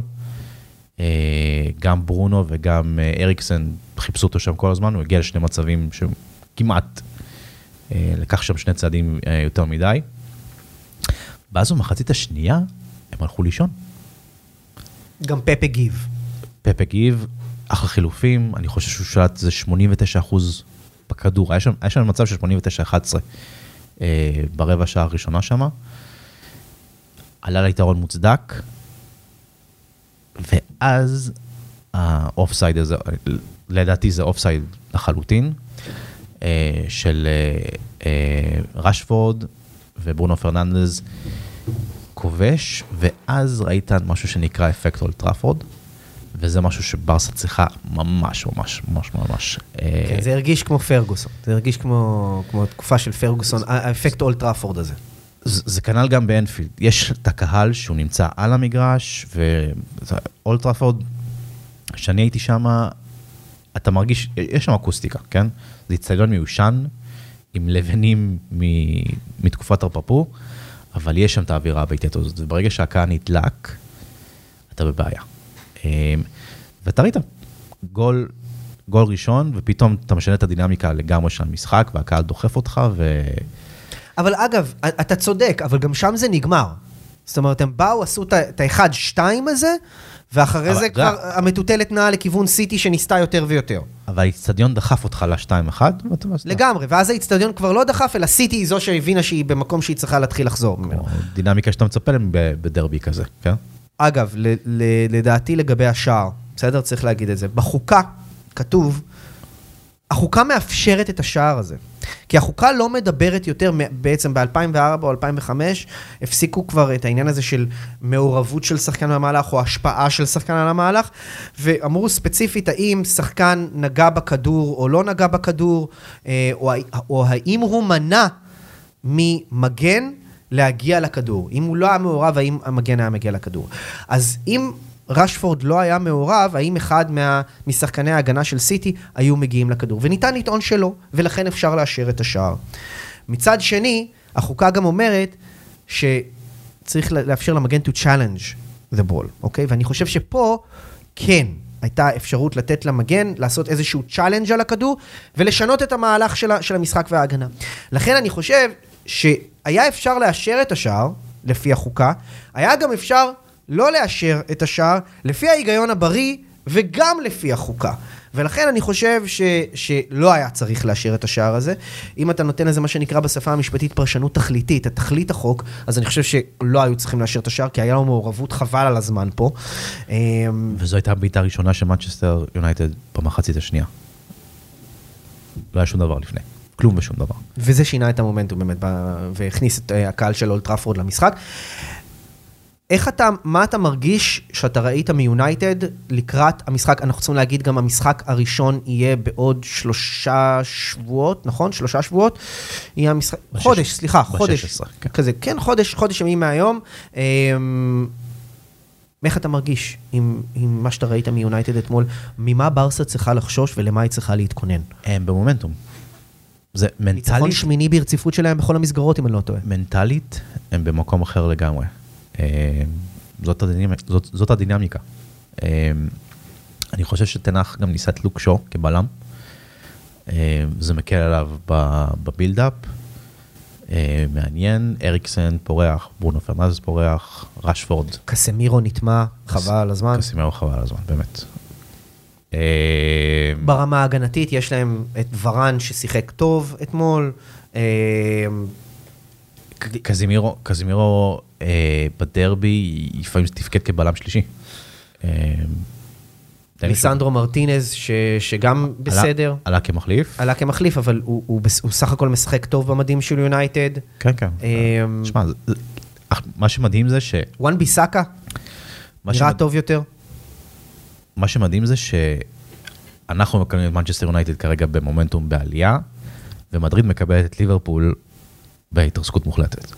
גם ברונו וגם אריקסן חיפשו אותו שם כל הזמן, הוא הגיע לשני מצבים שכמעט לקח שם שני צעדים יותר מדי. ואז במחצית השנייה הם הלכו לישון. גם פפה גיב. פפה גיב, אחרי חילופים, אני חושב שהוא שלט זה 89% בכדור, היה שם מצב של 89-11 ברבע שעה הראשונה שם, עלה ליתרון מוצדק, ואז האופסייד הזה, לדעתי זה אופסייד לחלוטין, של רשפורד וברונו פרננדז כובש, ואז ראית משהו שנקרא אפקט אולד טראפורד, וזה משהו שברסה צריכה ממש. כן, זה הרגיש כמו פרגוסון, זה הרגיש כמו תקופה של פרגוסון, האפקט אולד טראפורד הזה. זה כנ"ל גם באנפילד, יש את הקהל שהוא נמצא על המגרש, ואולד טראפורד, כשאני הייתי שם, אתה מרגיש, יש שם אקוסטיקה, כן? זה אצטדיון מיושן, עם לבנים מתקופת הרפפו, אבל יש שם את האווירה הביתית הזאת, וברגע שהקהל נתלק, אתה בבעיה. ואתה ראית, גול ראשון, ופתאום אתה משנה את הדינמיקה לגמרי של המשחק, והקהל דוחף אותך, אבל אגב, אתה צודק, אבל גם שם זה נגמר. זאת אומרת, הם באו, עשו את ה-1-2 הזה, ואחרי זה כבר המטוטלת נעה לכיוון סיטי שניסתה יותר ויותר. אבל האצטדיון דחף אותך ל-2-1? לגמרי, ואז האצטדיון כבר לא דחף, אלא סיטי היא זו שהבינה שהיא במקום שהיא צריכה להתחיל לחזור ממנו. דינמיקה שאתה מצפה להם בדרבי כזה, כן? אגב, לדעתי לגבי השער, בסדר? צריך להגיד את זה. בחוקה כתוב, החוקה מאפשרת את השער הזה. כי החוקה לא מדברת יותר, בעצם ב-2004 או 2005, הפסיקו כבר את העניין הזה של מעורבות של שחקן במהלך, או השפעה של שחקן על המהלך, ואמרו ספציפית, האם שחקן נגע בכדור או לא נגע בכדור, או האם הוא מנע ממגן להגיע לכדור. אם הוא לא היה מעורב, האם המגן היה מגיע לכדור. אז אם רשפורד לא היה מעורב, האם אחד משחקני ההגנה של סיטי היו מגיעים לכדור. וניתן לטעון שלא, ולכן אפשר לאשר את השער. מצד שני, החוקה גם אומרת שצריך לאפשר למגן to challenge the ball, אוקיי? ואני חושב שפה כן הייתה אפשרות לתת למגן, לעשות איזשהו challenge על הכדור, ולשנות את המהלך של המשחק וההגנה. לכן אני חושב שהיה אפשר לאשר את השער, לפי החוקה, היה גם אפשר לא לאשר את השער, לפי ההיגיון הבריא, וגם לפי החוקה. ולכן אני חושב שלא היה צריך לאשר את השער הזה. אם אתה נותן לזה מה שנקרא בשפה המשפטית פרשנות תכליתית, את תכלית החוק, אז אני חושב שלא היו צריכים לאשר את השער, כי היה לו מעורבות חבל על הזמן פה. וזו הייתה הבעיטה הראשונה של מנצ'סטר יונייטד במחצית השנייה. לא היה שום דבר לפני. כלום ושום דבר. וזה שינה את המומנטום באמת, והכניס את הקהל של אולד טראפורד למשחק. מה אתה מרגיש שאתה ראית מיונייטד לקראת המשחק? אנחנו צריכים להגיד גם המשחק הראשון יהיה בעוד 3 שבועות, נכון? 3 שבועות? יהיה המשחק, חודש, סליחה, חודש. כזה, כן, חודש ימים מהיום. איך אתה מרגיש עם מה שאתה ראית מיונייטד אתמול? ממה ברסה צריכה לחשוש ולמה היא צריכה להתכונן? הם במומנטום. זה מנטלית. ניצחון שמיני ברציפות שלהם בכל המסגרות, אם אני לא טועה. מנטלית, הם במקום אחר לגמרי. זאת הדינמיקה. אני חושב שתנח גם ניסה את לוק שו כבלם. זה מקל עליו בבילדאפ. מעניין, אריקסן פורח, ברונו פרננדז פורח, רשפורד. קסמירו נטמע, חבל על הזמן. קסמירו חבל על הזמן, באמת. ברמה ההגנתית יש להם את ורן ששיחק טוב אתמול. קזימירו בדרבי לפעמים תפקד כבלם שלישי. ליסנדרו מרטינז שגם בסדר. עלה כמחליף. עלה כמחליף, אבל הוא סך הכל משחק טוב במדים של יונייטד. כן, כן. תשמע, מה שמדהים זה וואן ביסאקה נראה טוב יותר. מה שמדהים זה שאנחנו מקבלים את מנצ'סטר יונייטד כרגע במומנטום בעלייה, ומדריד מקבלת את ליברפול בהתרסקות מוחלטת.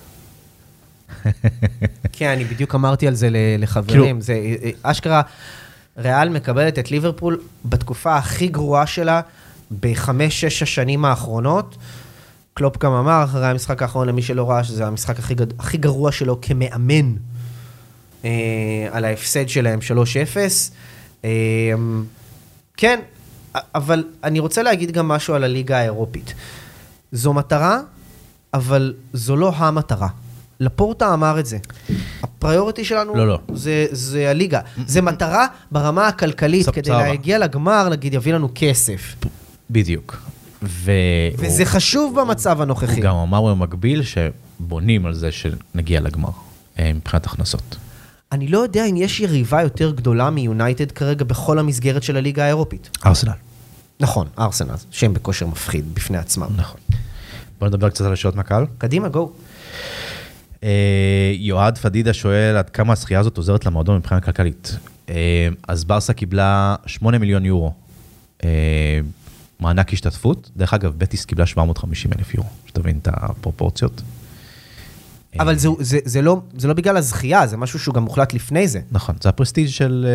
כן, אני בדיוק אמרתי על זה לחברים. זה אשכרה, ריאל מקבלת את ליברפול בתקופה הכי גרועה שלה, ב5-6 השנים האחרונות. קלופ גם אמר אחרי המשחק האחרון, למי שלא ראה, שזה המשחק הכי גרוע שלו כמאמן, על ההפסד שלהם 3-0. כן, אבל אני רוצה להגיד גם משהו על הליגה האירופית. זו מטרה, אבל זו לא המטרה. לפורטה אמר את זה. הפריוריטי שלנו זה הליגה. זה מטרה ברמה הכלכלית, כדי להגיע לגמר, נגיד, יביא לנו כסף. בדיוק. וזה חשוב במצב הנוכחי. הוא גם אמר במקביל שבונים על זה שנגיע לגמר, מבחינת הכנסות. אני לא יודע אם יש יריבה יותר גדולה מיונייטד כרגע בכל המסגרת של הליגה האירופית. ארסנל. נכון, ארסנל, שהם בכושר מפחיד בפני עצמם. נכון. בוא נדבר קצת על השאלות מהקהל. קדימה, גו. יועד פדידה שואל עד כמה השחייה הזאת עוזרת למועדון מבחינה כלכלית. אז ברסה קיבלה 8 מיליון יורו מענק השתתפות. דרך אגב, בטיס קיבלה 750,000 יורו. שתבין את הפרופורציות. אבל זה לא בגלל הזכייה, זה משהו שהוא גם מוחלט לפני זה. נכון, זה הפרסטיג'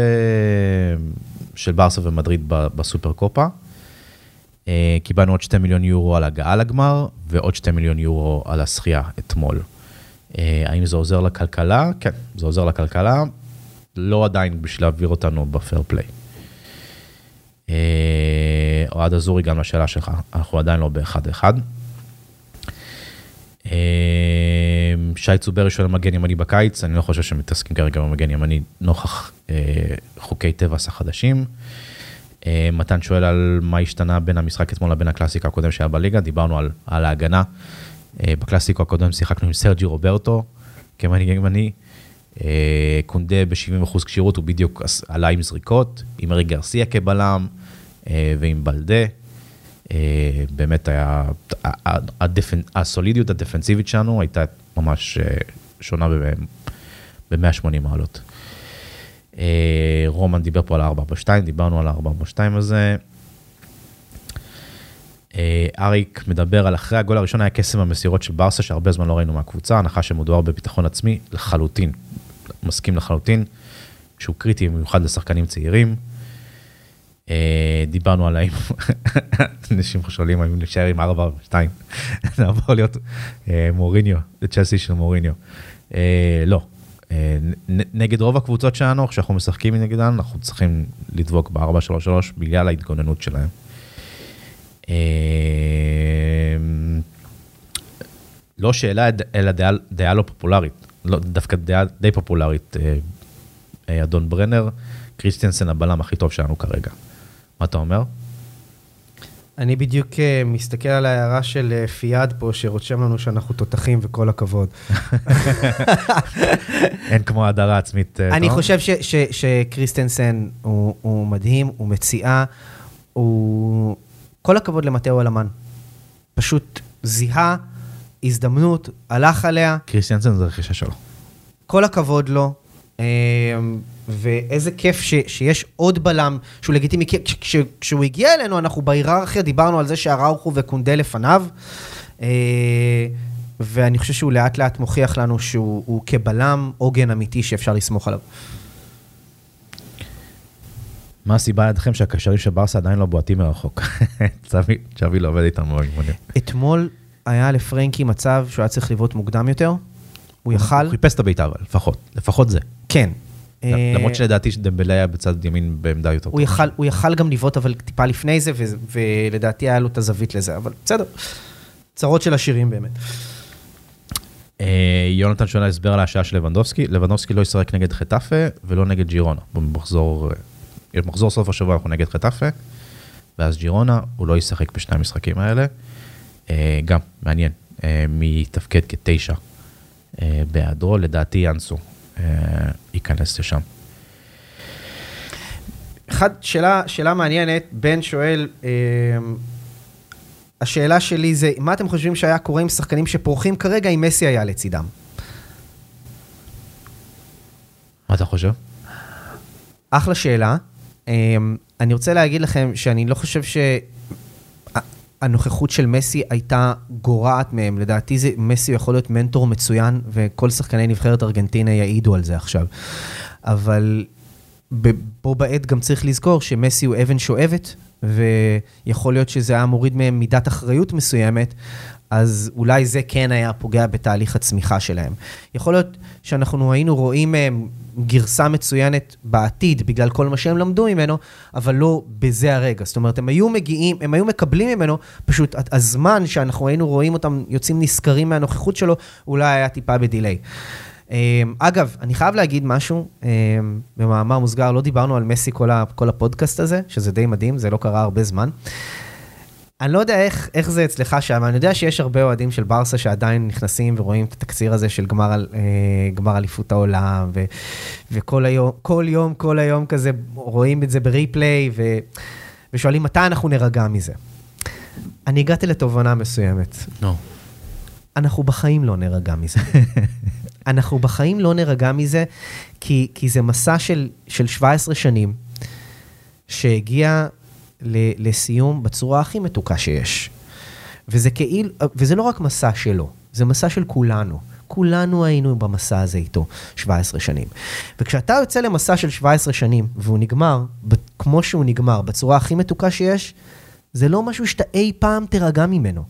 של ברסה ומדריד בסופר קופה. קיבלנו עוד 2 מיליון יורו על הגעה לגמר, ועוד 2 מיליון יורו על הזכייה אתמול. האם זה עוזר לכלכלה? כן, זה עוזר לכלכלה. לא עדיין בשביל להעביר אותנו בפייר פליי. אוהד אזורי גם לשאלה שלך, אנחנו עדיין לא ב-1-1. שי צוברי שואל מגן ימני בקיץ, אני לא חושב שמתעסקים כרגע במגן ימני נוכח חוקי טבעס החדשים. מתן שואל על מה השתנה בין המשחק אתמול לבין הקלאסיקה הקודם שהיה בליגה, דיברנו על ההגנה. בקלאסיקה הקודם שיחקנו עם סרג'י רוברטו, כמנהיג ימני, קונדה ב-70% קשירות, הוא בדיוק עלה עם זריקות, עם אריק גרסיה כבלם, ועם בלדה. באמת היה, הסולידיות הדפנסיבית שלנו הייתה ממש שונה ב-180 מעלות. רומן דיבר פה על 4-4-2, דיברנו על 4-4-2 הזה. אריק מדבר על אחרי הגול הראשון היה קסם המסירות של ברסה, שהרבה זמן לא ראינו מהקבוצה, הנחה שמודואר בביטחון עצמי לחלוטין, מסכים לחלוטין, שהוא קריטי במיוחד לשחקנים צעירים. דיברנו על האם, אנשים שואלים האם נשאר עם 4-4-2, נעבור להיות מוריניו, צ'לסי של מוריניו. לא, נגד רוב הקבוצות שלנו, כשאנחנו משחקים נגדן, אנחנו צריכים לדבוק ב-4-3-3 בגלל ההתגוננות שלהם. לא שאלה, אלא דעה לא פופולרית, לא, דווקא דעה די פופולרית, אדון ברנר, קריסטיאנסן הבלם הכי טוב שלנו כרגע. מה אתה אומר? אני בדיוק מסתכל על ההערה של פיאד פה, שרושם לנו שאנחנו תותחים וכל הכבוד. אין כמו הדרה עצמית. אני חושב שקריסטיאנסן הוא מדהים, הוא מציאה, הוא... כל הכבוד למטאו אלמן. פשוט זיהה, הזדמנות, הלך עליה. קריסטיאנסן זה רכישה שלו. כל הכבוד לו. ואיזה כיף שיש עוד בלם שהוא לגיטימי, כשהוא הגיע אלינו, אנחנו בהיררכיה דיברנו על זה שהראוכו וקונדה לפניו, ואני חושב שהוא לאט לאט מוכיח לנו שהוא כבלם עוגן אמיתי שאפשר לסמוך עליו. מה הסיבה לידכם שהקשרים של ברסה עדיין לא בועטים מרחוק? צ'אבי לא עובד איתם באימונים. אתמול היה לפרנקי מצב שהוא היה צריך לבעוט מוקדם יותר, הוא יכל... הוא חיפש את הביתה, אבל לפחות זה. כן. למרות שלדעתי שדמבלה היה בצד ימין בעמדה יותר. הוא יכל גם לבעוט, אבל טיפה לפני זה, ולדעתי היה לו את הזווית לזה, אבל בסדר. צרות של השירים באמת. יונתן שואל הסבר על השעה של לבנדובסקי. לבנדובסקי לא ישחק נגד חטאפה ולא נגד ג'ירונה. במחזור סוף השבוע אנחנו נגד חטאפה, ואז ג'ירונה, הוא לא ישחק בשני המשחקים האלה. גם, מעניין, מתפקד כ9 בהיעדרו, לדעתי ינסו ייכנס לשם. שאלה מעניינת, בן שואל, השאלה שלי זה, מה אתם חושבים שהיה קורה עם שחקנים שפורחים כרגע, אם מסי היה לצידם? מה אתה חושב? אחלה שאלה. אני רוצה להגיד לכם שאני לא חושב שהנוכחות של מסי הייתה גורעת מהם. לדעתי מסי יכול להיות מנטור מצוין, וכל שחקני נבחרת ארגנטינה יעידו על זה עכשיו. אבל בו בעת גם צריך לזכור שמסי הוא אבן שואבת, ויכול להיות שזה היה מוריד מהם מידת אחריות מסוימת, אז אולי זה כן היה פוגע בתהליך הצמיחה שלהם. יכול להיות שאנחנו היינו רואים מהם גרסה מצוינת בעתיד, בגלל כל מה שהם למדו ממנו, אבל לא בזה הרגע. זאת אומרת, הם היו מקבלים ממנו, פשוט הזמן שאנחנו היינו רואים אותם יוצאים נזכרים מהנוכחות שלו, אולי היה טיפה בדילי. אגב, אני חייב להגיד משהו, במאמר מוסגר, לא דיברנו על מסי כל הפודקאסט הזה, שזה די מדהים, זה לא קרה הרבה זמן. אני לא יודע איך זה אצלך שם, אני יודע שיש הרבה אוהדים של ברסה שעדיין נכנסים ורואים את התקציר הזה של גמר אליפות העולם, וכל היום כזה רואים את זה בריפליי, ושואלים מתי אנחנו נרגע מזה. אני הגעתי לתובנה מסוימת. אנחנו בחיים לא נרגע מזה. אנחנו בחיים לא נרגע מזה, כי זה מסע של 17 שנים, שהגיע לסיום בצורה הכי מתוקה שיש. וזה לא רק מסע שלו, זה מסע של כולנו. כולנו היינו במסע הזה איתו 17 שנים. וכשאתה יוצא למסע של 17 שנים, והוא נגמר, כמו שהוא נגמר, בצורה הכי מתוקה שיש, זה לא משהו שאתה אי פעם תרגע ממנו.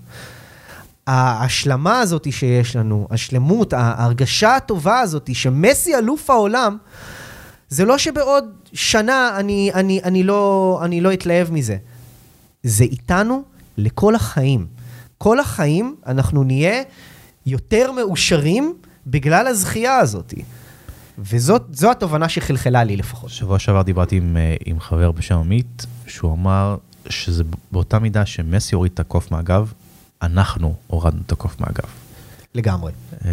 ההשלמה הזאת שיש לנו, השלמות, ההרגשה הטובה הזאת, שמסי אלוף העולם, זה לא שבעוד שנה אני לא אתלהב מזה. זה איתנו לכל החיים. כל החיים אנחנו נהיה יותר מאושרים בגלל הזכייה הזאת. וזו התובנה שחלחלה לי לפחות. שבוע שעבר דיברתי עם חבר בשם עמית, שהוא אמר שזה באותה מידה שמסי הוריד את הקוף מהגב, אנחנו הורדנו את הקוף מהגב. לגמרי.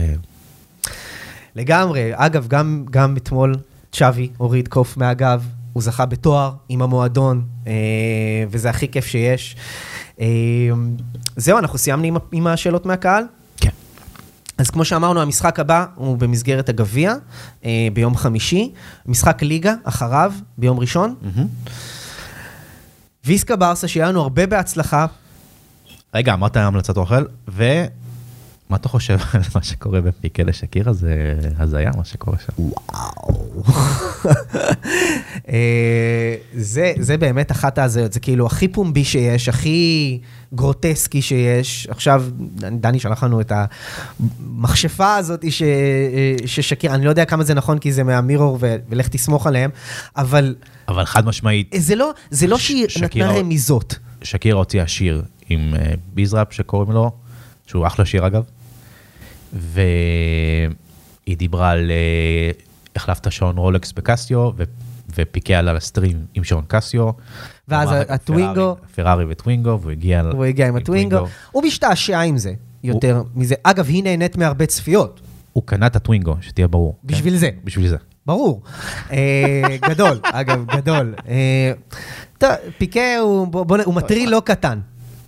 לגמרי. אגב, גם אתמול צ'אבי הוריד קוף מהגב, הוא זכה בתואר עם המועדון, וזה הכי כיף שיש. זהו, אנחנו סיימנו עם השאלות מהקהל. כן. אז כמו שאמרנו, המשחק הבא הוא במסגרת הגביע, ביום חמישי, משחק ליגה אחריו, ביום ראשון. ויסקה ברסה, שיהיה לנו הרבה בהצלחה. רגע, אמרת המלצת אוכל, מה אתה חושב על מה שקורה בפיקה לשקירה? זה היה מה שקורה שם. וואו. זה באמת אחת ההזיות, זה כאילו הכי פומבי שיש, הכי גרוטסקי שיש. עכשיו, דני שלח לנו את המכשפה הזאת ששקירה, אני לא יודע כמה זה נכון, כי זה מהמירור ולך תסמוך עליהם, אבל חד משמעית. זה לא שהיא נתנה רמיזות. שקירה הוציאה שיר עם ביזראפ שקוראים לו, שהוא אחלה שיר אגב, והיא דיברה על החלפת שעון רולקס בקסיו, ופיקה על הסטרים עם שעון קסיו. ואז הטווינגו. פרארי וטווינגו, והוא הגיע עם הטווינגו. הוא משתעשע עם זה, יותר מזה. אגב, היא נהנית מהרבה צפיות. הוא קנה את הטווינגו, שתהיה ברור. בשביל זה. בשביל זה. ברור. גדול, אגב, גדול. פיקה הוא מטריל לא קטן.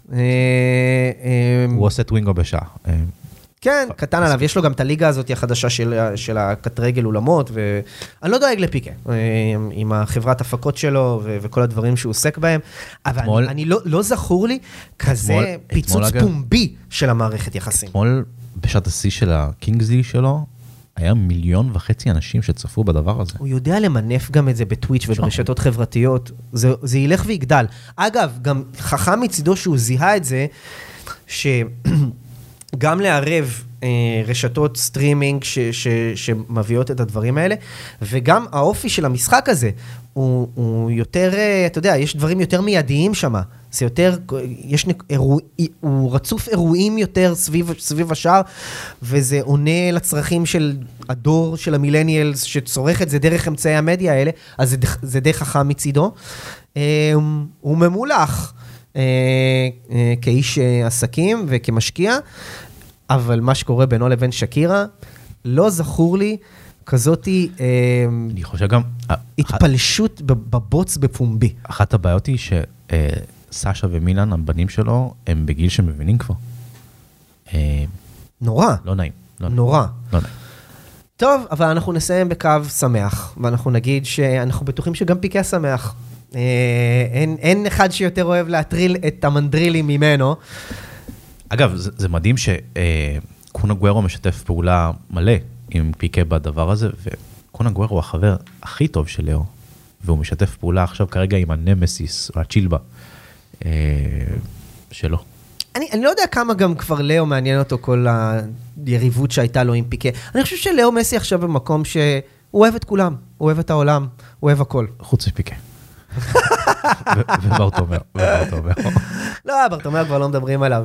הוא עושה טווינגו בשעה. כן, קטן עליו, יש לו גם את הליגה הזאת החדשה של הקטרגל אולמות, ואני לא דואג לפיקה, עם החברת הפקות שלו וכל הדברים שהוא עוסק בהם, אבל אני לא זכור לי כזה פיצוץ פומבי של המערכת יחסים. אתמול בשעת השיא של הקינגסלי שלו, היה 1.5 מיליון אנשים שצפו בדבר הזה. הוא יודע למנף גם את זה בטוויץ' וברשתות חברתיות, זה ילך ויגדל. אגב, גם חכם מצידו שהוא זיהה את זה, גם לערב רשתות סטרימינג שמביאות את הדברים האלה, וגם האופי של המשחק הזה, הוא יותר, אתה יודע, יש דברים יותר מיידיים שם, זה יותר, הוא רצוף אירועים יותר סביב השאר, וזה עונה לצרכים של הדור של המילניאלס, שצורך את זה דרך אמצעי המדיה האלה, אז זה די חכם מצידו. הוא ממולח כאיש עסקים וכמשקיע, אבל מה שקורה בינו לבין שקירה, לא זכור לי כזאתי אני חושב גם התפלשות בבוץ בפומבי. אחת הבעיות היא שסשה ומילן, הבנים שלו, הם בגיל שמבינים כבר. נורא. לא נעים. נורא. לא נעים. טוב, אבל אנחנו נסיים בקו שמח, ואנחנו נגיד שאנחנו בטוחים שגם פיקה שמח. אין אחד שיותר אוהב להטריל את המנדרילים ממנו. אגב, זה מדהים שקון אגוארו משתף פעולה מלא עם פיקה בדבר הזה, וקון אגוארו הוא החבר הכי טוב של לאו, והוא משתף פעולה עכשיו כרגע עם הנמסיס, או הצ'ילבה שלו. אני לא יודע כמה גם כבר לאו מעניין אותו כל היריבות שהייתה לו עם פיקה. אני חושב שלאו מסי עכשיו במקום שהוא אוהב את כולם, הוא אוהב את העולם, הוא אוהב הכל. חוץ מפיקה. וברטומר. לא, ברטומר כבר לא מדברים עליו.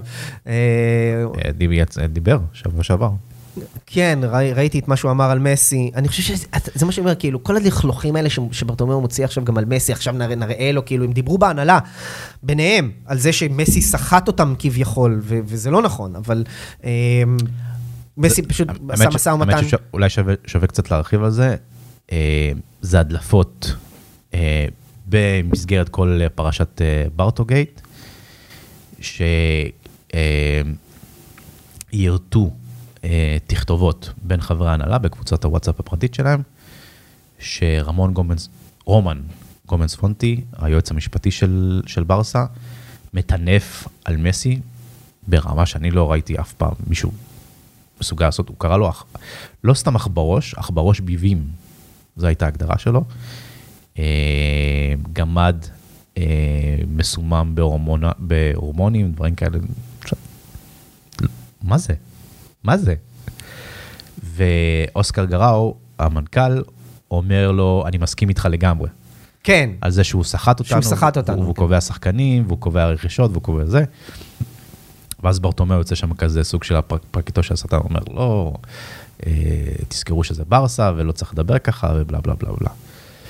דיבר, שבוע שעבר. כן, ראיתי את מה שהוא אמר על מסי. אני חושב שזה מה שאומר, כאילו, כל הלכלוכים האלה שברטומר מוציא עכשיו גם על מסי, עכשיו נראה לו, כאילו, הם דיברו בהנהלה ביניהם, על זה שמסי שחט אותם כביכול, וזה לא נכון, אבל מסי פשוט עשה מסע ומתן. האמת שאולי שווה קצת להרחיב על זה, זה הדלפות במסגרת כל פרשת ברטוגייט, שירתו תכתובות בין חברי ההנהלה בקבוצת הוואטסאפ הפרטית שלהם, רומן גומנס פונטי, היועץ המשפטי של ברסה, מטנף על מסי ברמה שאני לא ראיתי אף פעם מישהו מסוגל לעשות, הוא קרא לו לא סתם אך בראש ביבים, זו הייתה ההגדרה שלו, גמד מסומם בהורמונים, דברים כאלה. מה זה? ואוסקר גראו, המנכ"ל, אומר לו, אני מסכים איתך לגמרי. כן. על זה שהוא שחט אותנו. והוא קובע שחקנים, והוא קובע רכישות, והוא קובע זה. ואז ברטומאו יוצא שם כזה סוג של הפרקיטו של השטן, אומר, לא, תזכרו שזה ברסה ולא צריך לדבר ככה ובלה בלה בלה בלה.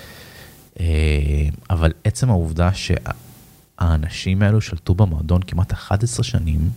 אבל עצם העובדה שהאנשים האלו שלטו במועדון כמעט 11 שנים,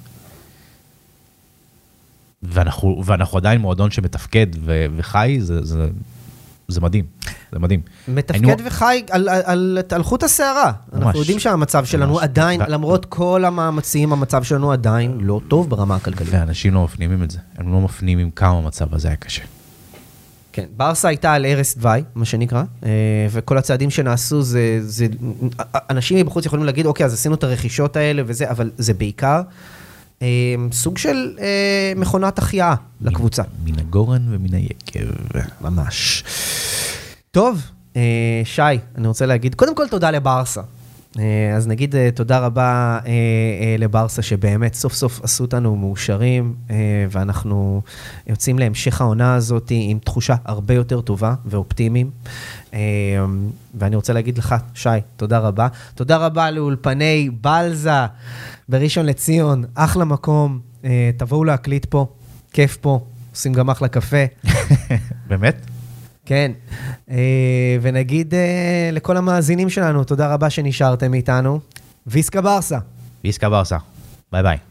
ואנחנו עדיין מועדון שמתפקד וחי, זה מדהים, זה מדהים. מתפקד וחי על חוט השערה. אנחנו יודעים שהמצב שלנו עדיין, למרות כל המאמצים, המצב שלנו עדיין לא טוב ברמה הכלכלית. ואנשים לא מפנימים את זה. הם לא מפנימים כמה המצב הזה היה קשה. כן, ברסה הייתה על ערש דווי, מה שנקרא, וכל הצעדים שנעשו, אנשים מבחוץ יכולים להגיד, אוקיי, אז עשינו את הרכישות האלה וזה, אבל זה בעיקר סוג של מכונת החייאה לקבוצה. מן הגורן ומן היקב. ממש. טוב, שי, אני רוצה להגיד, קודם כל תודה לברסה. אז נגיד תודה רבה לברסה שבאמת סוף סוף עשו אותנו מאושרים, ואנחנו יוצאים להמשך העונה הזאת עם תחושה הרבה יותר טובה ואופטימיים. ואני רוצה להגיד לך, שי, תודה רבה. תודה רבה לאולפני בלזה בראשון לציון, אחלה מקום, תבואו להקליט פה, כיף פה, עושים גם אחלה קפה. באמת? כן, ונגיד לכל המאזינים שלנו, תודה רבה שנשארתם איתנו. ויסקה ברסה. ויסקה ברסה. ביי ביי.